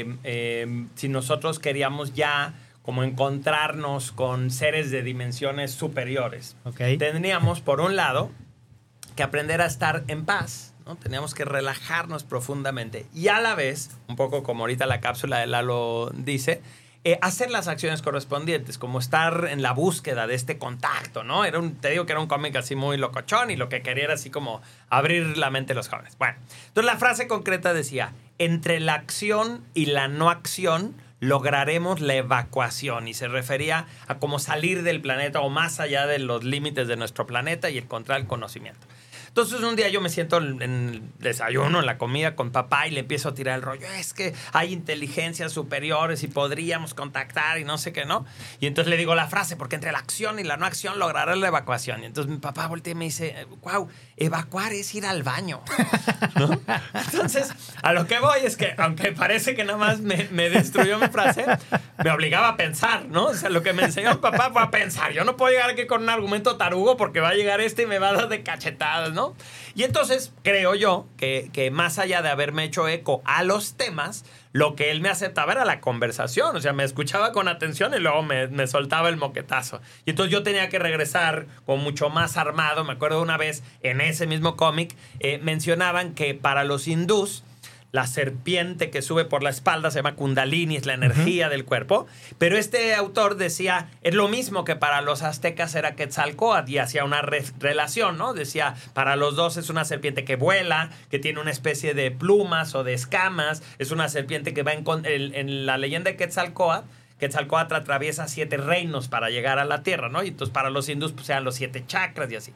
que si nosotros queríamos ya como encontrarnos con seres de dimensiones superiores, tendríamos, por un lado, que aprender a estar en paz, ¿no? Teníamos que relajarnos profundamente y a la vez, un poco como ahorita la cápsula de Lalo dice, hacer las acciones correspondientes, como estar en la búsqueda de este contacto, ¿no? Te digo que era un cómic así muy locochón y lo que quería era así como abrir la mente de los jóvenes. Bueno, entonces la frase concreta decía, entre la acción y la no acción lograremos la evacuación, y se refería a cómo salir del planeta o más allá de los límites de nuestro planeta y encontrar el conocimiento. Entonces un día yo me siento en el desayuno, en la comida con papá y le empiezo a tirar el rollo. Es que hay inteligencias superiores y podríamos contactar y no sé qué, ¿no? Y entonces le digo la frase, porque entre la acción y la no acción logrará la evacuación. Y entonces mi papá voltea y me dice, wow, evacuar es ir al baño, ¿no? Entonces, a lo que voy es que, aunque parece que nada más me destruyó mi frase, me obligaba a pensar, ¿no? O sea, lo que me enseñó mi papá fue a pensar. Yo no puedo llegar aquí con un argumento tarugo porque va a llegar y me va a dar de cachetadas, ¿no? Y entonces creo yo que más allá de haberme hecho eco a los temas, lo que él me aceptaba era la conversación. O sea, me escuchaba con atención y luego me soltaba el moquetazo. Y entonces yo tenía que regresar con mucho más armado. Me acuerdo una vez en ese mismo cómic mencionaban que para los hindús la serpiente que sube por la espalda se llama Kundalini, es la energía del cuerpo. Pero este autor decía, es lo mismo que para los aztecas era Quetzalcóatl, y hacía una relación, ¿no? Decía, para los dos es una serpiente que vuela, que tiene una especie de plumas o de escamas, es una serpiente que va en la leyenda de Quetzalcóatl. Quetzalcóatl atraviesa 7 reinos para llegar a la tierra, ¿no? Y entonces para los hindús pues eran los 7 chakras y así.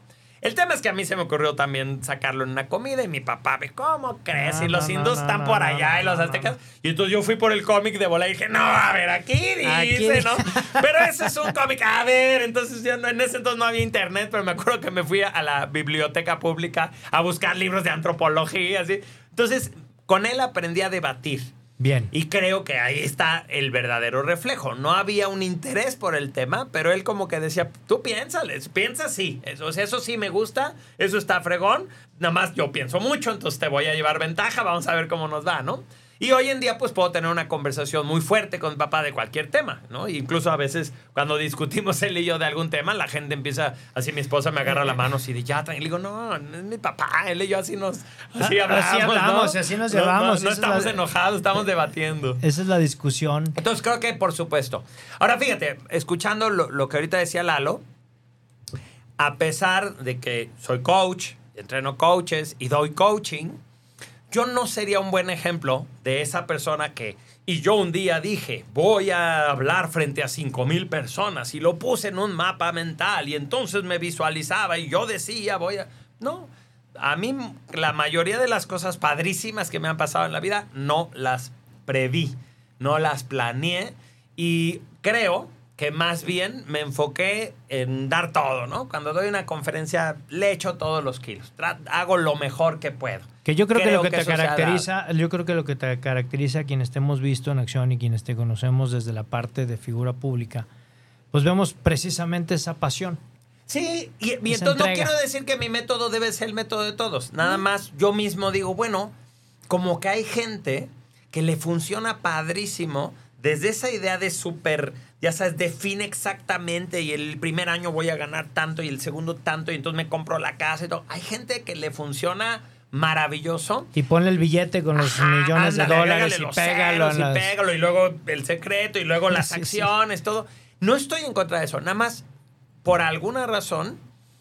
El tema es que a mí se me ocurrió también sacarlo en una comida y mi papá me, ¿cómo crees? Y los hindús están por allá y los aztecas. Y entonces yo fui por el cómic de bola y dije, no, a ver, aquí dice, ¿no? Pero ese es un cómic. A ver, entonces yo en ese entonces no había internet, pero me acuerdo que me fui a la biblioteca pública a buscar libros de antropología, así. Entonces, con él aprendí a debatir. Bien. Y creo que ahí está el verdadero reflejo. No había un interés por el tema, pero él como que decía, tú piénsales, piensa sí. Eso sí me gusta, eso está fregón. Nada más yo pienso mucho, entonces te voy a llevar ventaja, vamos a ver cómo nos va, ¿no? Y hoy en día pues puedo tener una conversación muy fuerte con mi papá de cualquier tema, ¿no? Incluso a veces cuando discutimos él y yo de algún tema, la gente empieza, así mi esposa me agarra la mano así de ya, tranquilo. Digo, no, es mi papá, él y yo así hablamos, así hablamos, ¿no? así nos llevamos. No estamos enojados, estamos debatiendo. Esa es la discusión. Entonces creo que por supuesto. Ahora fíjate, escuchando lo que ahorita decía Lalo, a pesar de que soy coach, entreno coaches y doy coaching, yo no sería un buen ejemplo de esa persona que... Y yo un día dije, voy a hablar frente a 5,000 personas y lo puse en un mapa mental y entonces me visualizaba y yo decía, voy a... No, a mí la mayoría de las cosas padrísimas que me han pasado en la vida no las preví, no las planeé y creo que más bien me enfoqué en dar todo, ¿no? Cuando doy una conferencia le echo todos los kilos, hago lo mejor que puedo. Que yo creo que lo que te caracteriza, yo creo que lo que te caracteriza a quienes te hemos visto en acción y quienes te conocemos desde la parte de figura pública, pues vemos precisamente esa pasión. Sí, y entonces no quiero decir que mi método debe ser el método de todos. Nada más yo mismo digo, bueno, como que hay gente que le funciona padrísimo desde esa idea de súper, ya sabes, define exactamente y el primer año voy a ganar tanto y el segundo tanto y entonces me compro la casa y todo. Hay gente que le funciona maravilloso. Y ponle el billete con los millones de dólares y pégalo. Y luego el secreto y luego las acciones, todo. No estoy en contra de eso. Nada más, por alguna razón,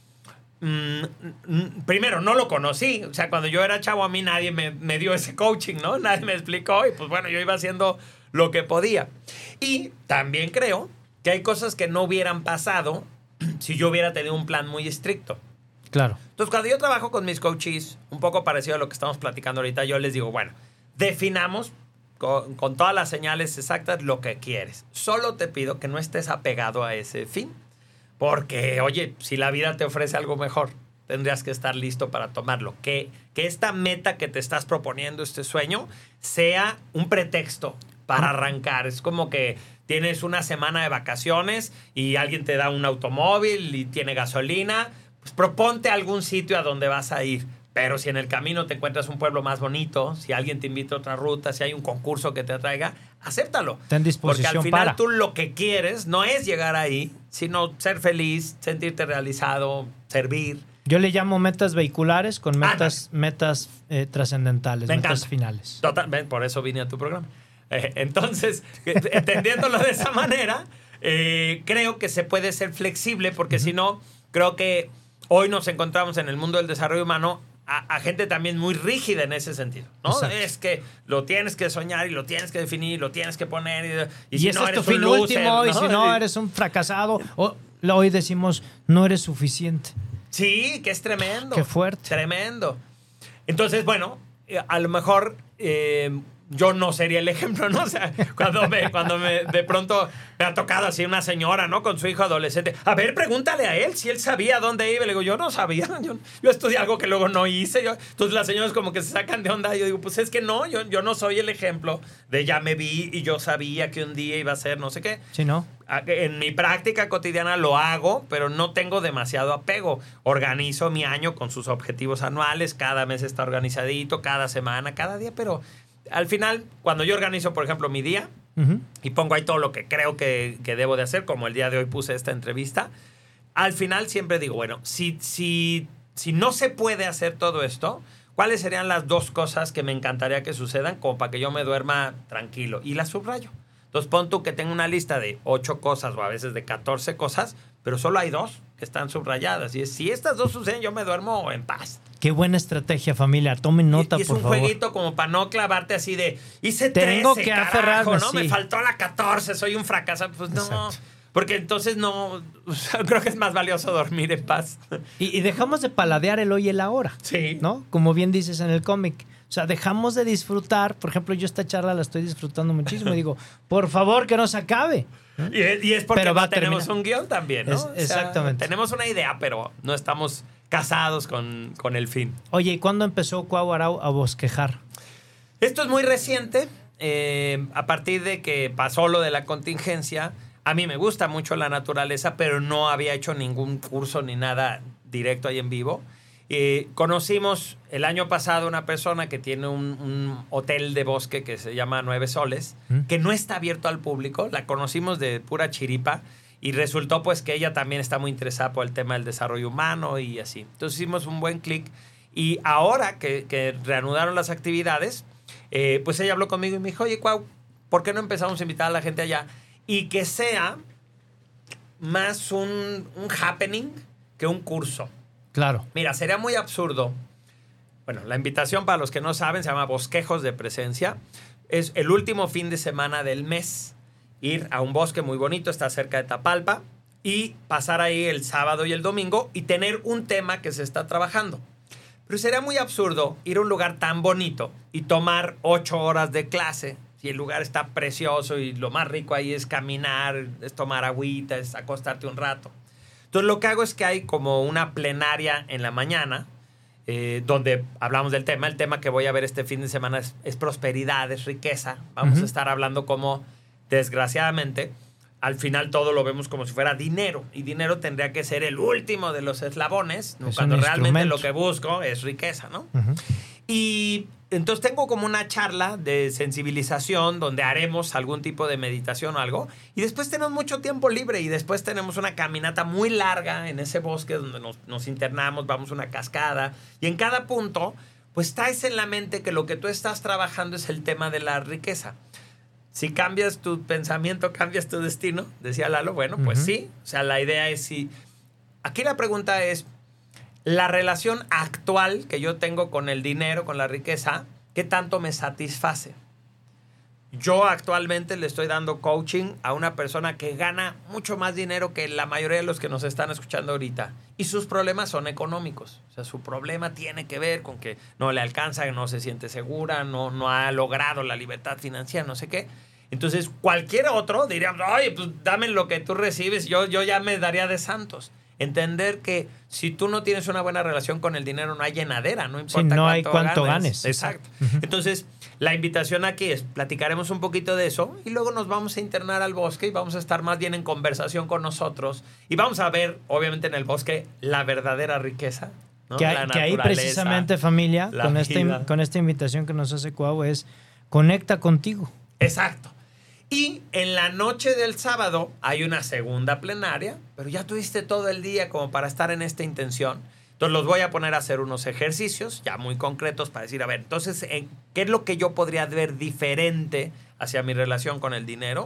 primero, no lo conocí. O sea, cuando yo era chavo, a mí nadie me dio ese coaching, ¿no? Nadie me explicó y pues bueno, yo iba haciendo lo que podía. Y también creo que hay cosas que no hubieran pasado si yo hubiera tenido un plan muy estricto. Claro. Entonces, cuando yo trabajo con mis coaches, un poco parecido a lo que estamos platicando ahorita, yo les digo, bueno, definamos con todas las señales exactas lo que quieres. Solo te pido que no estés apegado a ese fin. Porque, oye, si la vida te ofrece algo mejor, tendrías que estar listo para tomarlo. Que esta meta que te estás proponiendo, este sueño, sea un pretexto para arrancar. Es como que tienes una semana de vacaciones y alguien te da un automóvil y tiene gasolina. Pues proponte algún sitio a donde vas a ir. Pero si en el camino te encuentras un pueblo más bonito, si alguien te invita a otra ruta, si hay un concurso que te atraiga, acéptalo. Ten disposición. Porque al final tú lo que quieres no es llegar ahí, sino ser feliz, sentirte realizado, servir. Yo le llamo metas vehiculares con metas trascendentales, metas finales. Total, por eso vine a tu programa. Entonces, entendiéndolo de esa manera, creo que se puede ser flexible porque si no, creo que hoy nos encontramos en el mundo del desarrollo humano a gente también muy rígida en ese sentido, ¿no? Exacto. Es que lo tienes que soñar y lo tienes que definir, lo tienes que poner y si ese no es tu eres un fin loser, último, ¿no? Y si no eres un fracasado, hoy decimos no eres suficiente. Sí, que es tremendo. Qué fuerte. Tremendo. Entonces, bueno, a lo mejor yo no sería el ejemplo, ¿no? O sea, cuando de pronto me ha tocado así una señora, ¿no? Con su hijo adolescente. A ver, pregúntale a él si él sabía dónde iba. Le digo, yo no sabía. Yo estudié algo que luego no hice. Entonces las señoras como que se sacan de onda. Yo digo, pues es que no, yo no soy el ejemplo de ya me vi y yo sabía que un día iba a ser no sé qué. Sí, ¿no? En mi práctica cotidiana lo hago, pero no tengo demasiado apego. Organizo mi año con sus objetivos anuales. Cada mes está organizadito, cada semana, cada día, pero al final, cuando yo organizo, por ejemplo, mi día y pongo ahí todo lo que creo que debo de hacer, como el día de hoy puse esta entrevista, al final siempre digo, bueno, si no se puede hacer todo esto, ¿cuáles serían las 2 cosas que me encantaría que sucedan como para que yo me duerma tranquilo? Y las subrayo. Entonces pon tú que tengo una lista de 8 cosas o a veces de 14 cosas, pero solo hay 2 que están subrayadas. Y si estas 2 suceden, yo me duermo en paz. Qué buena estrategia, familia. Tomen nota, y es por un favor. jueguito como para no clavarte así de hice 13, Tengo que carajo, aferrarme, ¿no? sí. Me faltó la 14, soy un fracaso. Pues no. Exacto. Porque entonces no, o sea, creo que es más valioso dormir en paz. Y dejamos de paladear el hoy y el ahora. Sí. ¿No? Como bien dices en el cómic. O sea, dejamos de disfrutar. Por ejemplo, yo esta charla la estoy disfrutando muchísimo. Y digo, por favor, que no se acabe. Y es porque Pero va a tenemos terminar. un guión también, ¿no? Exactamente. Tenemos una idea, pero no estamos casados con el fin. Oye, ¿y cuándo empezó Cuau Arau a bosquejar? Esto es muy reciente. A partir de que pasó lo de la contingencia, a mí me gusta mucho la naturaleza, pero no había hecho ningún curso ni nada directo ahí en vivo. Conocimos el año pasado una persona que tiene un hotel de bosque que se llama Nueve Soles, que no está abierto al público. La conocimos de pura chiripa y resultó pues que ella también está muy interesada por el tema del desarrollo humano y así. Entonces hicimos un buen clic y ahora que reanudaron las actividades, pues ella habló conmigo y me dijo, oye, Cuau, ¿por qué no empezamos a invitar a la gente allá? Y que sea más un happening que un curso. Claro. Mira, sería muy absurdo. Bueno, la invitación, para los que no saben, se llama Bosquejos de Presencia. Es el último fin de semana del mes. Ir a un bosque muy bonito, está cerca de Tapalpa, y pasar ahí el sábado y el domingo y tener un tema que se está trabajando. Pero sería muy absurdo ir a un lugar tan bonito y tomar 8 horas de clase. Si el lugar está precioso y lo más rico ahí es caminar, es tomar agüita, es acostarte un rato. Entonces lo que hago es que hay como una plenaria en la mañana donde hablamos del tema. El tema que voy a ver este fin de semana es prosperidad, es riqueza. Vamos a estar hablando como, desgraciadamente, al final todo lo vemos como si fuera dinero. Y dinero tendría que ser el último de los eslabones, ¿no? Cuando realmente lo que busco es riqueza, ¿no? Y entonces tengo como una charla de sensibilización donde haremos algún tipo de meditación o algo. Y después tenemos mucho tiempo libre y después tenemos una caminata muy larga en ese bosque donde nos internamos, vamos a una cascada. Y en cada punto, pues traes en la mente que lo que tú estás trabajando es el tema de la riqueza. Si cambias tu pensamiento, cambias tu destino, decía Lalo. Bueno, pues sí. O sea, la idea es si... Aquí la pregunta es, la relación actual que yo tengo con el dinero, con la riqueza, ¿qué tanto me satisface? Yo actualmente le estoy dando coaching a una persona que gana mucho más dinero que la mayoría de los que nos están escuchando ahorita. Y sus problemas son económicos. O sea, su problema tiene que ver con que no le alcanza, no se siente segura, no ha logrado la libertad financiera, no sé qué. Entonces, cualquier otro diría, oye, pues dame lo que tú recibes, yo ya me daría de santos. Entender que si tú no tienes una buena relación con el dinero, no hay llenadera, no importa sí, no hay cuánto ganes. Exacto. Entonces, la invitación aquí es, platicaremos un poquito de eso y luego nos vamos a internar al bosque y vamos a estar más bien en conversación con nosotros y vamos a ver, obviamente, en el bosque la verdadera riqueza, ¿no? Que ahí precisamente, familia, con esta invitación que nos hace Cuau, es conecta contigo. Exacto. Y en la noche del sábado hay una segunda plenaria, pero ya tuviste todo el día como para estar en esta intención. Entonces los voy a poner a hacer unos ejercicios ya muy concretos para decir, a ver, entonces, ¿qué es lo que yo podría ver diferente hacia mi relación con el dinero?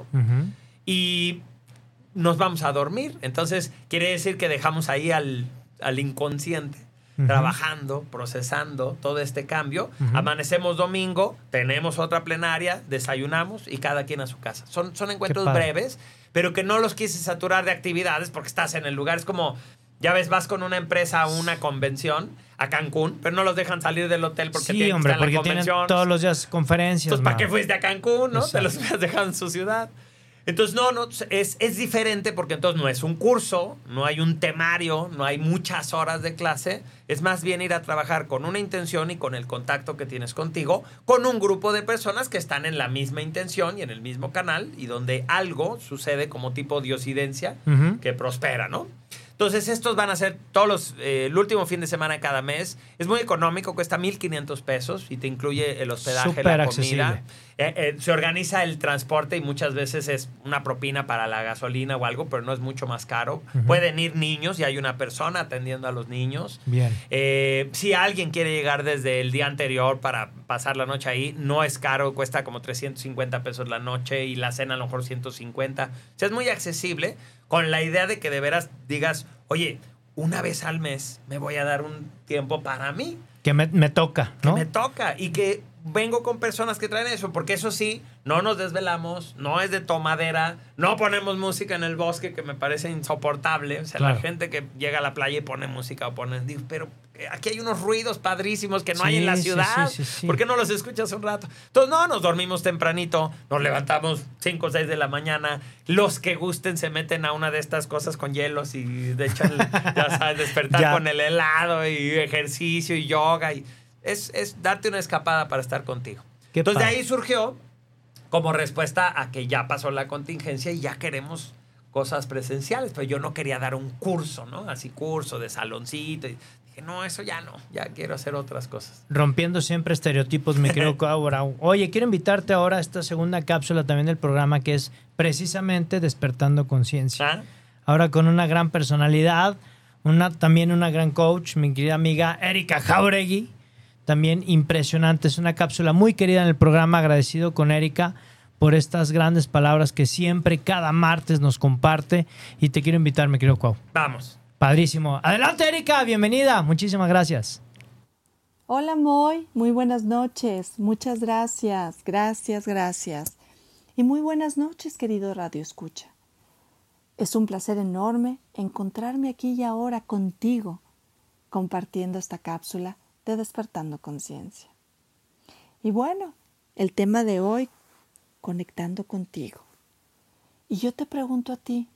Y nos vamos a dormir. Entonces quiere decir que dejamos ahí al inconsciente trabajando, procesando todo este cambio. Amanecemos domingo, tenemos otra plenaria, desayunamos y cada quien a su casa. Son encuentros breves, pero que no los quise saturar de actividades porque estás en el lugar. Es como, ya ves, vas con una empresa a una convención a Cancún, pero no los dejan salir del hotel porque sí, hombre, porque la convención. Tienen todos los días conferencias. Entonces, ¿para qué fuiste a Cancún? ¿No? Exacto. Te los hubieras dejado en su ciudad. Entonces, es diferente porque entonces no es un curso, no hay un temario, no hay muchas horas de clase. Es más bien ir a trabajar con una intención y con el contacto que tienes contigo, con un grupo de personas que están en la misma intención y en el mismo canal y donde algo sucede como tipo diosidencia que prospera, ¿no? Entonces, estos van a ser todos el último fin de semana de cada mes. Es muy económico, cuesta $1,500 y te incluye el hospedaje, súper la comida. accesible. Se organiza el transporte y muchas veces es una propina para la gasolina o algo, pero no es mucho más caro. Pueden ir niños y hay una persona atendiendo a los niños. Bien. Si alguien quiere llegar desde el día anterior para pasar la noche ahí, no es caro, cuesta como $350 la noche y la cena a lo mejor 150. O sea, es muy accesible, con la idea de que de veras digas, oye, una vez al mes me voy a dar un tiempo para mí. Que me toca, ¿no? Que me toca y que vengo con personas que traen eso, porque eso sí, no nos desvelamos, no es de tomadera, no ponemos música en el bosque, que me parece insoportable. O sea, Claro. la gente que llega a la playa y pone música o pone... digo, pero aquí hay unos ruidos padrísimos que no Sí, hay en la sí, ciudad. sí. ¿Por qué no los escuchas un rato? Entonces, no, nos dormimos tempranito, nos levantamos 5 o 6 de la mañana. Los que gusten se meten a una de estas cosas con hielos y de echan, ya sabes, despertar Ya. con el helado y ejercicio y yoga. Y es darte una escapada para estar contigo. Qué Entonces, de padre. ahí surgió como respuesta a que ya pasó la contingencia y ya queremos cosas presenciales. Pero yo no quería dar un curso, ¿no? Así curso de saloncito. Y dije, no, eso ya no. Ya quiero hacer otras cosas. Rompiendo siempre estereotipos, mi querido Bravo. Oye, quiero invitarte ahora a esta segunda cápsula también del programa, que es precisamente Despertando Conciencia. ¿Ah? Ahora con una gran personalidad, también una gran coach, mi querida amiga Erika Jauregui. También impresionante. Es una cápsula muy querida en el programa. Agradecido con Erika por estas grandes palabras que siempre, cada martes, nos comparte. Y te quiero invitar, mi querido Cuau. Vamos. Padrísimo. Adelante, Erika. Bienvenida. Muchísimas gracias. Hola, Moy. Muy buenas noches. Muchas gracias. Gracias. Y muy buenas noches, querido Radio Escucha. Es un placer enorme encontrarme aquí y ahora contigo, compartiendo esta cápsula de Despertando Conciencia. Y bueno, el tema de hoy, conectando contigo. Y yo te pregunto a ti,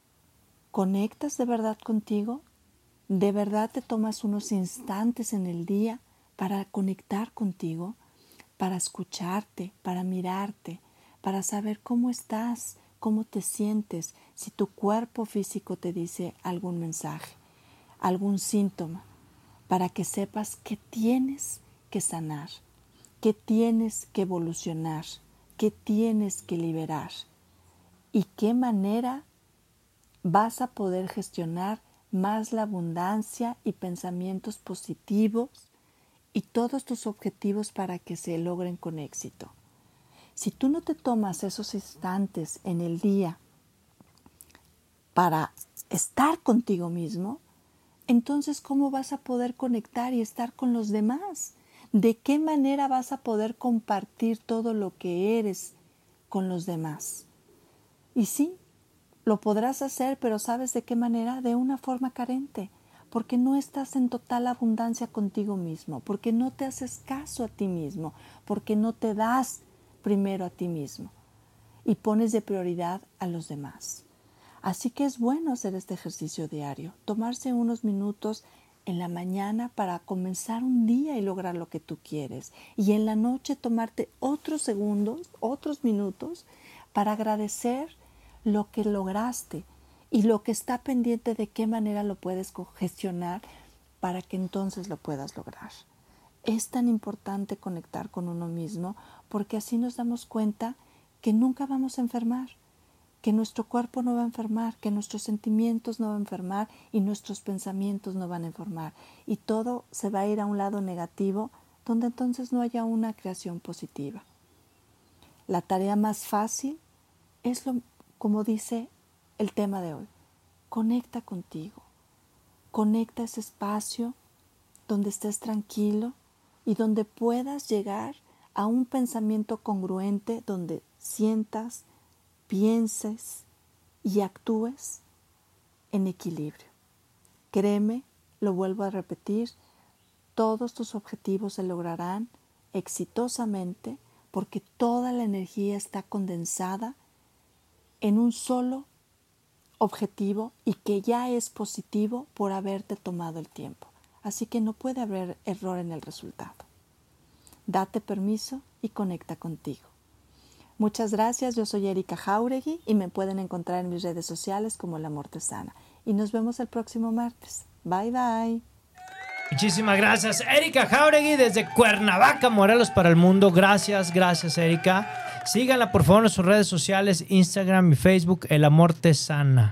¿conectas de verdad contigo? ¿De verdad te tomas unos instantes en el día para conectar contigo, para escucharte, para mirarte, para saber cómo estás, cómo te sientes, si tu cuerpo físico te dice algún mensaje, algún síntoma, para que sepas que tienes que sanar, que tienes que evolucionar, que tienes que liberar y qué manera vas a poder gestionar más la abundancia y pensamientos positivos y todos tus objetivos para que se logren con éxito. Si tú no te tomas esos instantes en el día para estar contigo mismo, entonces ¿cómo vas a poder conectar y estar con los demás? ¿De qué manera vas a poder compartir todo lo que eres con los demás? Y sí, lo podrás hacer, pero ¿sabes de qué manera? De una forma carente, porque no estás en total abundancia contigo mismo, porque no te haces caso a ti mismo, porque no te das primero a ti mismo y pones de prioridad a los demás. Así que es bueno hacer este ejercicio diario, tomarse unos minutos en la mañana para comenzar un día y lograr lo que tú quieres, y en la noche tomarte otros segundos, otros minutos para agradecer lo que lograste y lo que está pendiente, de qué manera lo puedes gestionar para que entonces lo puedas lograr. Es tan importante conectar con uno mismo porque así nos damos cuenta que nunca vamos a enfermar, que nuestro cuerpo no va a enfermar, que nuestros sentimientos no van a enfermar y nuestros pensamientos no van a enfermar. Y todo se va a ir a un lado negativo donde entonces no haya una creación positiva. La tarea más fácil es como dice el tema de hoy, conecta contigo, conecta ese espacio donde estés tranquilo y donde puedas llegar a un pensamiento congruente, donde sientas, pienses y actúes en equilibrio. Créeme, lo vuelvo a repetir, todos tus objetivos se lograrán exitosamente porque toda la energía está condensada en un solo objetivo y que ya es positivo por haberte tomado el tiempo. Así que no puede haber error en el resultado. Date permiso y conecta contigo. Muchas gracias, yo soy Erika Jauregui y me pueden encontrar en mis redes sociales como La Mortesana. Y nos vemos el próximo martes. Bye, bye. Muchísimas gracias, Erika Jauregui, desde Cuernavaca, Morelos, para el mundo. Gracias, Erika. Síganla, por favor, en sus redes sociales, Instagram y Facebook, El Amor Te Sana.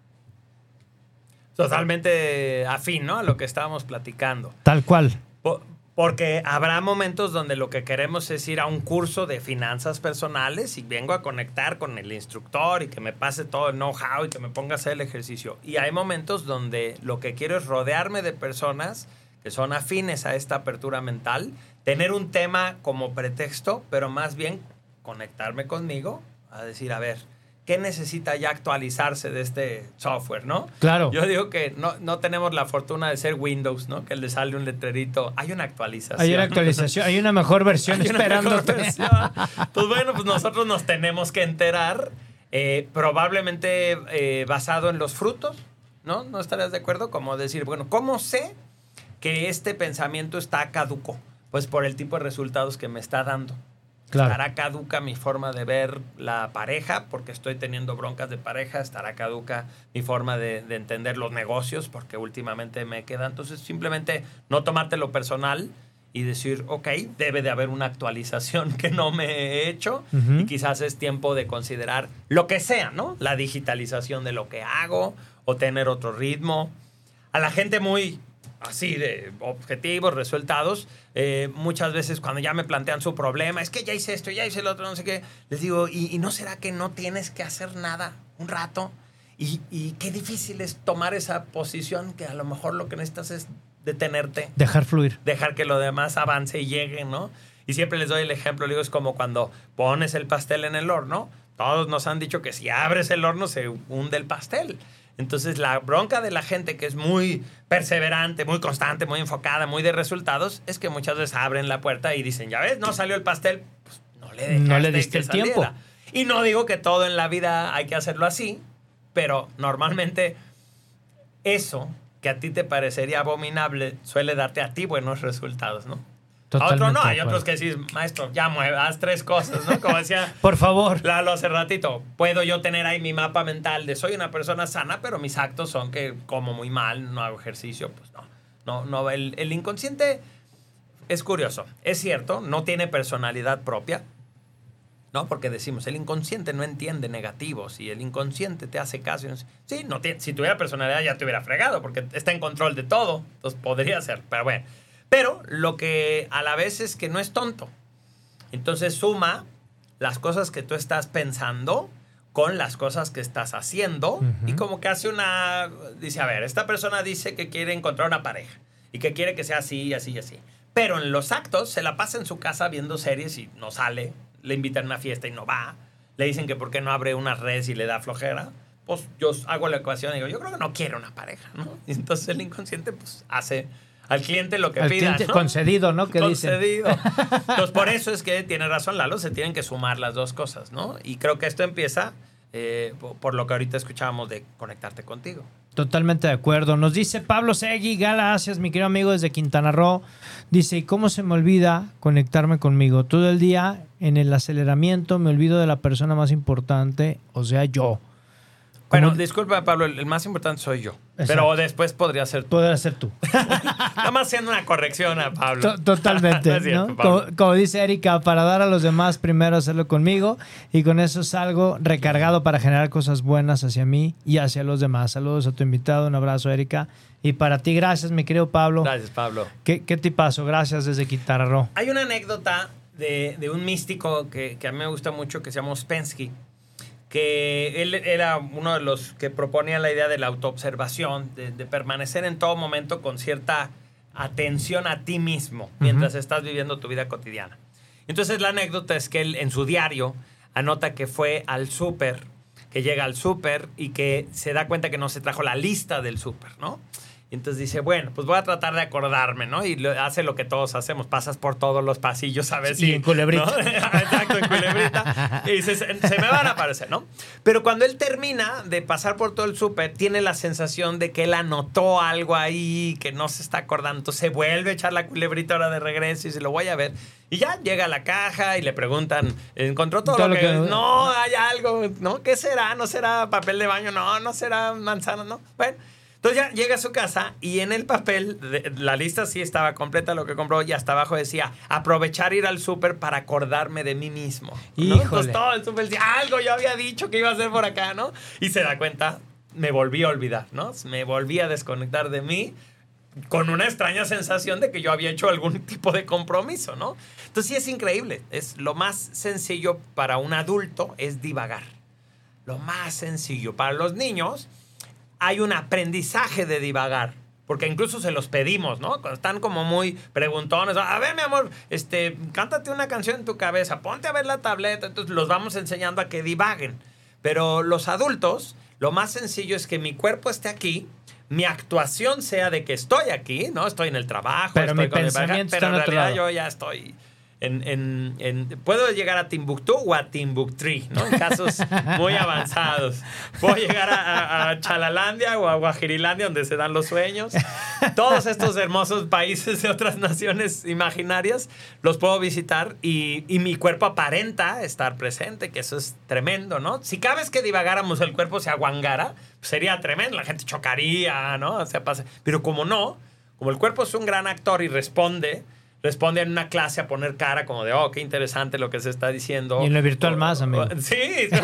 Totalmente afín, ¿no? A lo que estábamos platicando. Tal cual. Porque habrá momentos donde lo que queremos es ir a un curso de finanzas personales y vengo a conectar con el instructor y que me pase todo el know-how y que me ponga a hacer el ejercicio. Y hay momentos donde lo que quiero es rodearme de personas que son afines a esta apertura mental, tener un tema como pretexto, pero más bien conectarme conmigo, a decir, a ver, ¿qué necesita ya actualizarse de este software, no? Claro. Yo digo que no tenemos la fortuna de ser Windows, ¿no? Que le sale un letrerito, hay una actualización. Hay una actualización, hay una mejor versión esperándote. Pues bueno, pues nosotros nos tenemos que enterar, probablemente basado en los frutos, ¿no? ¿No estarías de acuerdo? Como decir, bueno, ¿cómo sé que este pensamiento está caduco? Pues por el tipo de resultados que me está dando. Claro. Estará caduca mi forma de ver la pareja porque estoy teniendo broncas de pareja. Estará caduca mi forma de entender los negocios porque últimamente me queda. Entonces, simplemente no tomártelo personal y decir, ok, debe de haber una actualización que no me he hecho y quizás es tiempo de considerar lo que sea, ¿no? La digitalización de lo que hago o tener otro ritmo. A la gente muy así de objetivos, resultados, muchas veces cuando ya me plantean su problema, es que ya hice esto, ya hice lo otro, no sé qué, les digo, ¿y no será que no tienes que hacer nada un rato? Y qué difícil es tomar esa posición que a lo mejor lo que necesitas es detenerte. Dejar fluir. Dejar que lo demás avance y llegue, ¿no? Y siempre les doy el ejemplo, digo, es como cuando pones el pastel en el horno, todos nos han dicho que si abres el horno se hunde el pastel. Entonces, la bronca de la gente que es muy perseverante, muy constante, muy enfocada, muy de resultados, es que muchas veces abren la puerta y dicen, ya ves, no salió el pastel, pues no le diste el tiempo. Y no digo que todo en la vida hay que hacerlo así, pero normalmente eso que a ti te parecería abominable suele darte a ti buenos resultados, ¿no? Totalmente A otro no, hay otros que decís, maestro, ya haz 3 cosas, ¿no? Como decía por favor. Lalo hace ratito, puedo yo tener ahí mi mapa mental de soy una persona sana, pero mis actos son que como muy mal, no hago ejercicio, pues no. El inconsciente es curioso, es cierto, no tiene personalidad propia, ¿no? Porque decimos, el inconsciente no entiende negativos y el inconsciente te hace caso. Sí, no tiene, si tuviera personalidad ya te hubiera fregado porque está en control de todo, entonces podría ser, pero bueno. Pero lo que a la vez es que no es tonto. Entonces suma las cosas que tú estás pensando con las cosas que estás haciendo y como que hace dice, a ver, esta persona dice que quiere encontrar una pareja y que quiere que sea así y así y así. Pero en los actos se la pasa en su casa viendo series y no sale. Le invitan a una fiesta y no va. Le dicen que por qué no abre unas redes y le da flojera. Pues yo hago la ecuación y digo, yo creo que no quiere una pareja, ¿no? Y entonces el inconsciente pues hace al cliente lo que pida, cliente ¿no? Concedido, ¿no? ¿Qué concedido. Entonces, por eso es que tiene razón Lalo, se tienen que sumar las dos cosas, ¿no? Y creo que esto empieza por lo que ahorita escuchábamos de conectarte contigo. Totalmente de acuerdo. Nos dice Pablo Segui, gracias, mi querido amigo desde Quintana Roo. Dice, ¿y cómo se me olvida conectarme conmigo? Todo el día en el aceleramiento me olvido de la persona más importante, o sea, yo. Bueno, disculpa, Pablo, el más importante soy yo. Exacto. Pero después podría ser tú. Podría ser tú. Nada más haciendo una corrección a Pablo. Totalmente. No es cierto, ¿no? Como dice Erika, para dar a los demás, primero hacerlo conmigo. Y con eso salgo recargado para generar cosas buenas hacia mí y hacia los demás. Saludos a tu invitado. Un abrazo, Erika. Y para ti, gracias, mi querido Pablo. Gracias, Pablo. ¿Qué tipazo? Gracias desde Quintana Roo. Hay una anécdota de un místico que a mí me gusta mucho que se llama Ouspensky, que él era uno de los que proponía la idea de la autoobservación, de permanecer en todo momento con cierta atención a ti mismo mientras estás viviendo tu vida cotidiana. Entonces la anécdota es que él en su diario anota que fue al súper, que llega al súper y que se da cuenta que no se trajo la lista del súper, ¿no? Y entonces dice, bueno, pues voy a tratar de acordarme, ¿no? Y hace lo que todos hacemos, pasas por todos los pasillos a ver si... Y en culebrita. ¿no? Exacto, en culebrita. Y dice, se me van a aparecer, ¿no? Pero cuando él termina de pasar por todo el súper, tiene la sensación de que él anotó algo ahí, que no se está acordando. Entonces se vuelve a echar la culebrita ahora de regreso y se lo voy a ver. Y ya llega a la caja y le preguntan, ¿encontró todo lo que...? No, hay algo, ¿no? ¿Qué será? ¿No será papel de baño? No será manzana, ¿no? Bueno... Entonces ya llega a su casa y en el papel, la lista sí estaba completa lo que compró y hasta abajo decía, aprovechar ir al súper para acordarme de mí mismo, ¿no? Entonces todo el súper decía, algo yo había dicho que iba a hacer por acá, ¿no? Y se da cuenta, me volví a olvidar, ¿no? Me volví a desconectar de mí con una extraña sensación de que yo había hecho algún tipo de compromiso, ¿no? Entonces sí es increíble, es lo más sencillo para un adulto es divagar. Lo más sencillo para los niños... Hay un aprendizaje de divagar, porque incluso se los pedimos, ¿no? Cuando están como muy preguntones, a ver, mi amor, cántate una canción en tu cabeza, ponte a ver la tableta, entonces los vamos enseñando a que divaguen. Pero los adultos, lo más sencillo es que mi cuerpo esté aquí, mi actuación sea de que estoy aquí, ¿no? Estoy en el trabajo, pero estoy mi con mi pareja, pensamiento pero en está en otro realidad lado. yo ya estoy puedo llegar a Timbuktu o a Timbuktu, ¿no? En casos muy avanzados. Puedo llegar a Chalalandia o a Guajirilandia, donde se dan los sueños. Todos estos hermosos países de otras naciones imaginarias los puedo visitar y mi cuerpo aparenta estar presente, que eso es tremendo, ¿no? Si cada vez que divagáramos el cuerpo se aguangara, pues sería tremendo, la gente chocaría, ¿no? O sea, pero como no, como el cuerpo es un gran actor y responde en una clase a poner cara como de, oh, qué interesante lo que se está diciendo. Y en lo virtual más, amigo. Sí.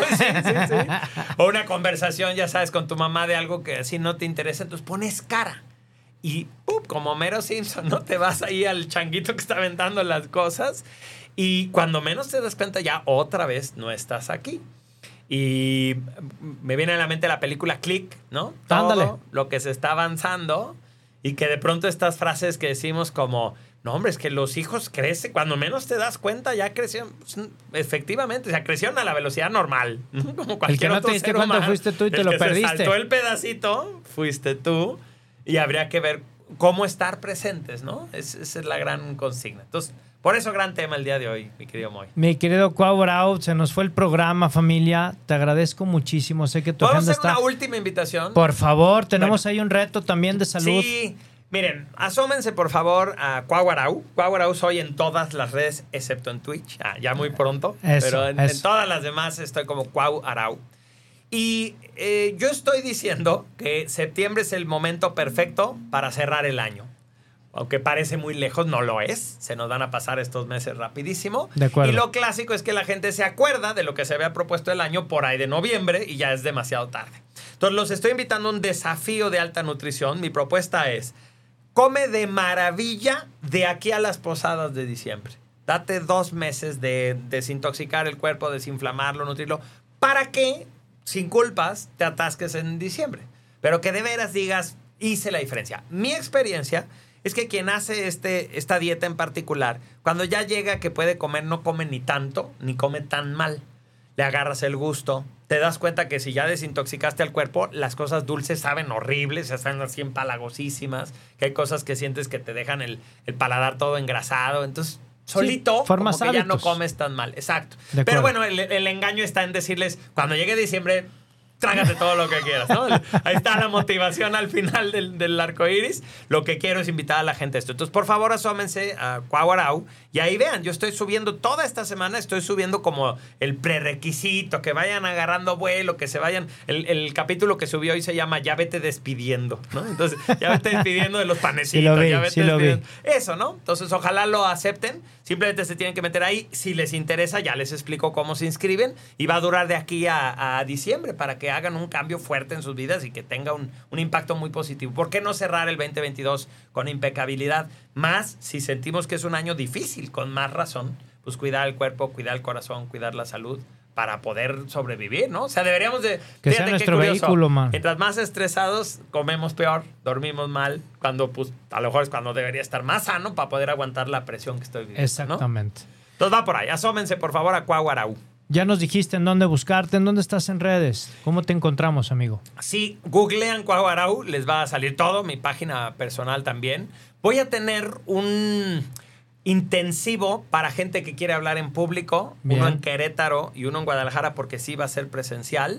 O una conversación, ya sabes, con tu mamá de algo que así no te interesa, entonces pones cara. Y como Homero Simpson, ¿no? Te vas ahí al changuito que está aventando las cosas y cuando menos te das cuenta ya otra vez no estás aquí. Y me viene a la mente la película Click, ¿no? Ándale. Todo lo que se está avanzando y que de pronto estas frases que decimos como... No, hombre, es que los hijos crecen. Cuando menos te das cuenta, ya crecieron. Efectivamente, o sea, crecieron a la velocidad normal. Como cualquier El que no otro te diste ser cuenta humano. fuiste tú y te El lo que perdiste. Se saltó el pedacito, fuiste tú. Y habría que ver cómo estar presentes, ¿no? Esa es la gran consigna. Entonces, por eso gran tema el día de hoy, mi querido Moy. Mi querido Cuau Arau, se nos fue el programa, familia. Te agradezco muchísimo. Sé que tu ¿Podemos agenda hacer está... una última invitación? Por favor, tenemos Bueno. ahí un reto también de salud. Sí. Miren, asómense por favor a Cuau Arau. Cuau Arau soy en todas las redes, excepto en Twitch. Ya muy pronto. Eso, pero en eso. todas las demás estoy como Cuau Arau. Y yo estoy diciendo que septiembre es el momento perfecto para cerrar el año. Aunque parece muy lejos, no lo es. Se nos van a pasar estos meses rapidísimo. De acuerdo. Y lo clásico es que la gente se acuerda de lo que se había propuesto el año por ahí de noviembre y ya es demasiado tarde. Entonces los estoy invitando a un desafío de alta nutrición. Mi propuesta es: come de maravilla de aquí a las posadas de diciembre. Date 2 meses de desintoxicar el cuerpo, desinflamarlo, nutrirlo, para que, sin culpas, te atasques en diciembre. Pero que de veras digas, hice la diferencia. Mi experiencia es que quien hace esta dieta en particular, cuando ya llega que puede comer, no come ni tanto, ni come tan mal. Le agarras el gusto. Te das cuenta que si ya desintoxicaste al cuerpo, las cosas dulces saben horribles, están así empalagosísimas, que hay cosas que sientes que te dejan el paladar todo engrasado. Entonces, solito, formas como que ya no hábitos. comes tan mal. Exacto. De Pero acuerdo. bueno, el engaño está en decirles, cuando llegue diciembre, trágate todo lo que quieras, ¿no? Ahí está la motivación al final del arco iris. Lo que quiero es invitar a la gente a esto. Entonces, por favor, asómense a Cuau Arau y ahí vean. Yo estoy subiendo toda esta semana, estoy subiendo como el prerequisito, que vayan agarrando vuelo, que se vayan. El capítulo que subió hoy se llama Ya vete despidiendo, ¿no? Entonces, ya vete despidiendo de los panecitos. Sí lo vi, ya vete sí lo vi. despidiendo. Eso, ¿no? Entonces, ojalá lo acepten. Simplemente se tienen que meter ahí. Si les interesa, ya les explico cómo se inscriben. Y va a durar de aquí a diciembre para que hagan un cambio fuerte en sus vidas y que tenga un impacto muy positivo. ¿Por qué no cerrar el 2022 con impecabilidad? Más si sentimos que es un año difícil, con más razón, pues cuidar el cuerpo, cuidar el corazón, cuidar la salud para poder sobrevivir, ¿no? O sea, deberíamos de... Que sea fíjate qué nuestro curioso. vehículo, man. Mientras más estresados, comemos peor, dormimos mal, cuando pues a lo mejor es cuando debería estar más sano para poder aguantar la presión que estoy viviendo, ¿no? Exactamente. Entonces va por ahí. Asómense, por favor, a Cuau Arau. Ya nos dijiste en dónde buscarte, en dónde estás en redes. ¿Cómo te encontramos, amigo? Si googlean Cuau Arau, les va a salir todo. Mi página personal también. Voy a tener un intensivo para gente que quiere hablar en público. Bien. Uno en Querétaro y uno en Guadalajara, porque sí va a ser presencial.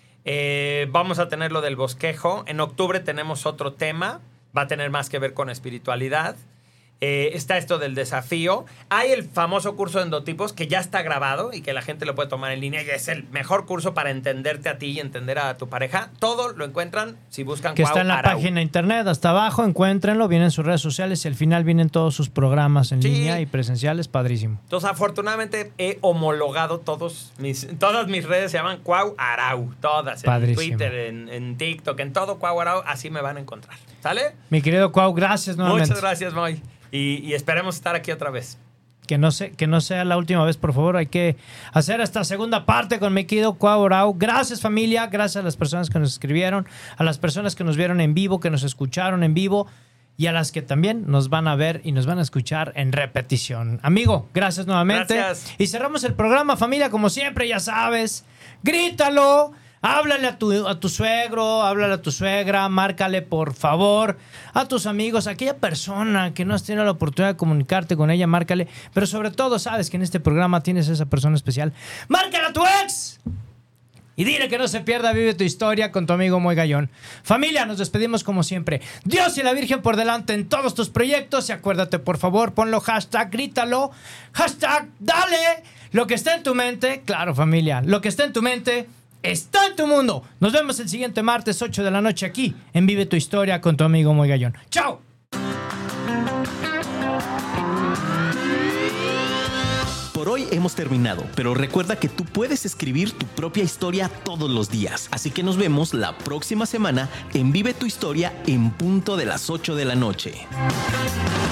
Vamos a tener lo del bosquejo. En octubre tenemos otro tema. Va a tener más que ver con espiritualidad. Está esto del desafío. Hay el famoso curso de endotipos que ya está grabado y que la gente lo puede tomar en línea. Y es el mejor curso para entenderte a ti y entender a tu pareja. Todo lo encuentran si buscan Que Cuau está en la Arau. página de internet, hasta abajo, encuéntrenlo, vienen sus redes sociales y al final vienen todos sus programas en Sí. línea y presenciales, padrísimo. Entonces, afortunadamente, he homologado todas mis redes, se llaman Cuau Arau. Todas. En Padrísimo. Twitter, en TikTok, en todo Cuau Arau. Así me van a encontrar. ¿Sale? Mi querido Cuau, gracias nuevamente. Muchas gracias, Moy. Y esperemos estar aquí otra vez. Que no sea la última vez, por favor. Hay que hacer esta segunda parte con mi querido Cuau Bravo. Gracias, familia. Gracias a las personas que nos escribieron, a las personas que nos vieron en vivo, que nos escucharon en vivo y a las que también nos van a ver y nos van a escuchar en repetición. Amigo, gracias nuevamente. Gracias. Y cerramos el programa, familia, como siempre, ya sabes. Grítalo. Háblale a tu suegro, háblale a tu suegra, márcale por favor a tus amigos, a aquella persona que no has tenido la oportunidad de comunicarte con ella, márcale. Pero sobre todo, sabes que en este programa tienes a esa persona especial. ¡Márcale a tu ex! Y dile que no se pierda Vive tu Historia con tu amigo Moy Gallón. Familia, nos despedimos como siempre. Dios y la Virgen por delante en todos tus proyectos. Y acuérdate, por favor, ponlo hashtag, grítalo. Hashtag, dale. Lo que está en tu mente, claro, familia, lo que está en tu mente está en tu mundo. Nos vemos el siguiente martes, 8 de la noche, aquí en Vive tu Historia con tu amigo Moy Gallón. ¡Chao! Por hoy hemos terminado, pero recuerda que tú puedes escribir tu propia historia todos los días. Así que nos vemos la próxima semana en Vive tu Historia en punto de las 8 de la noche.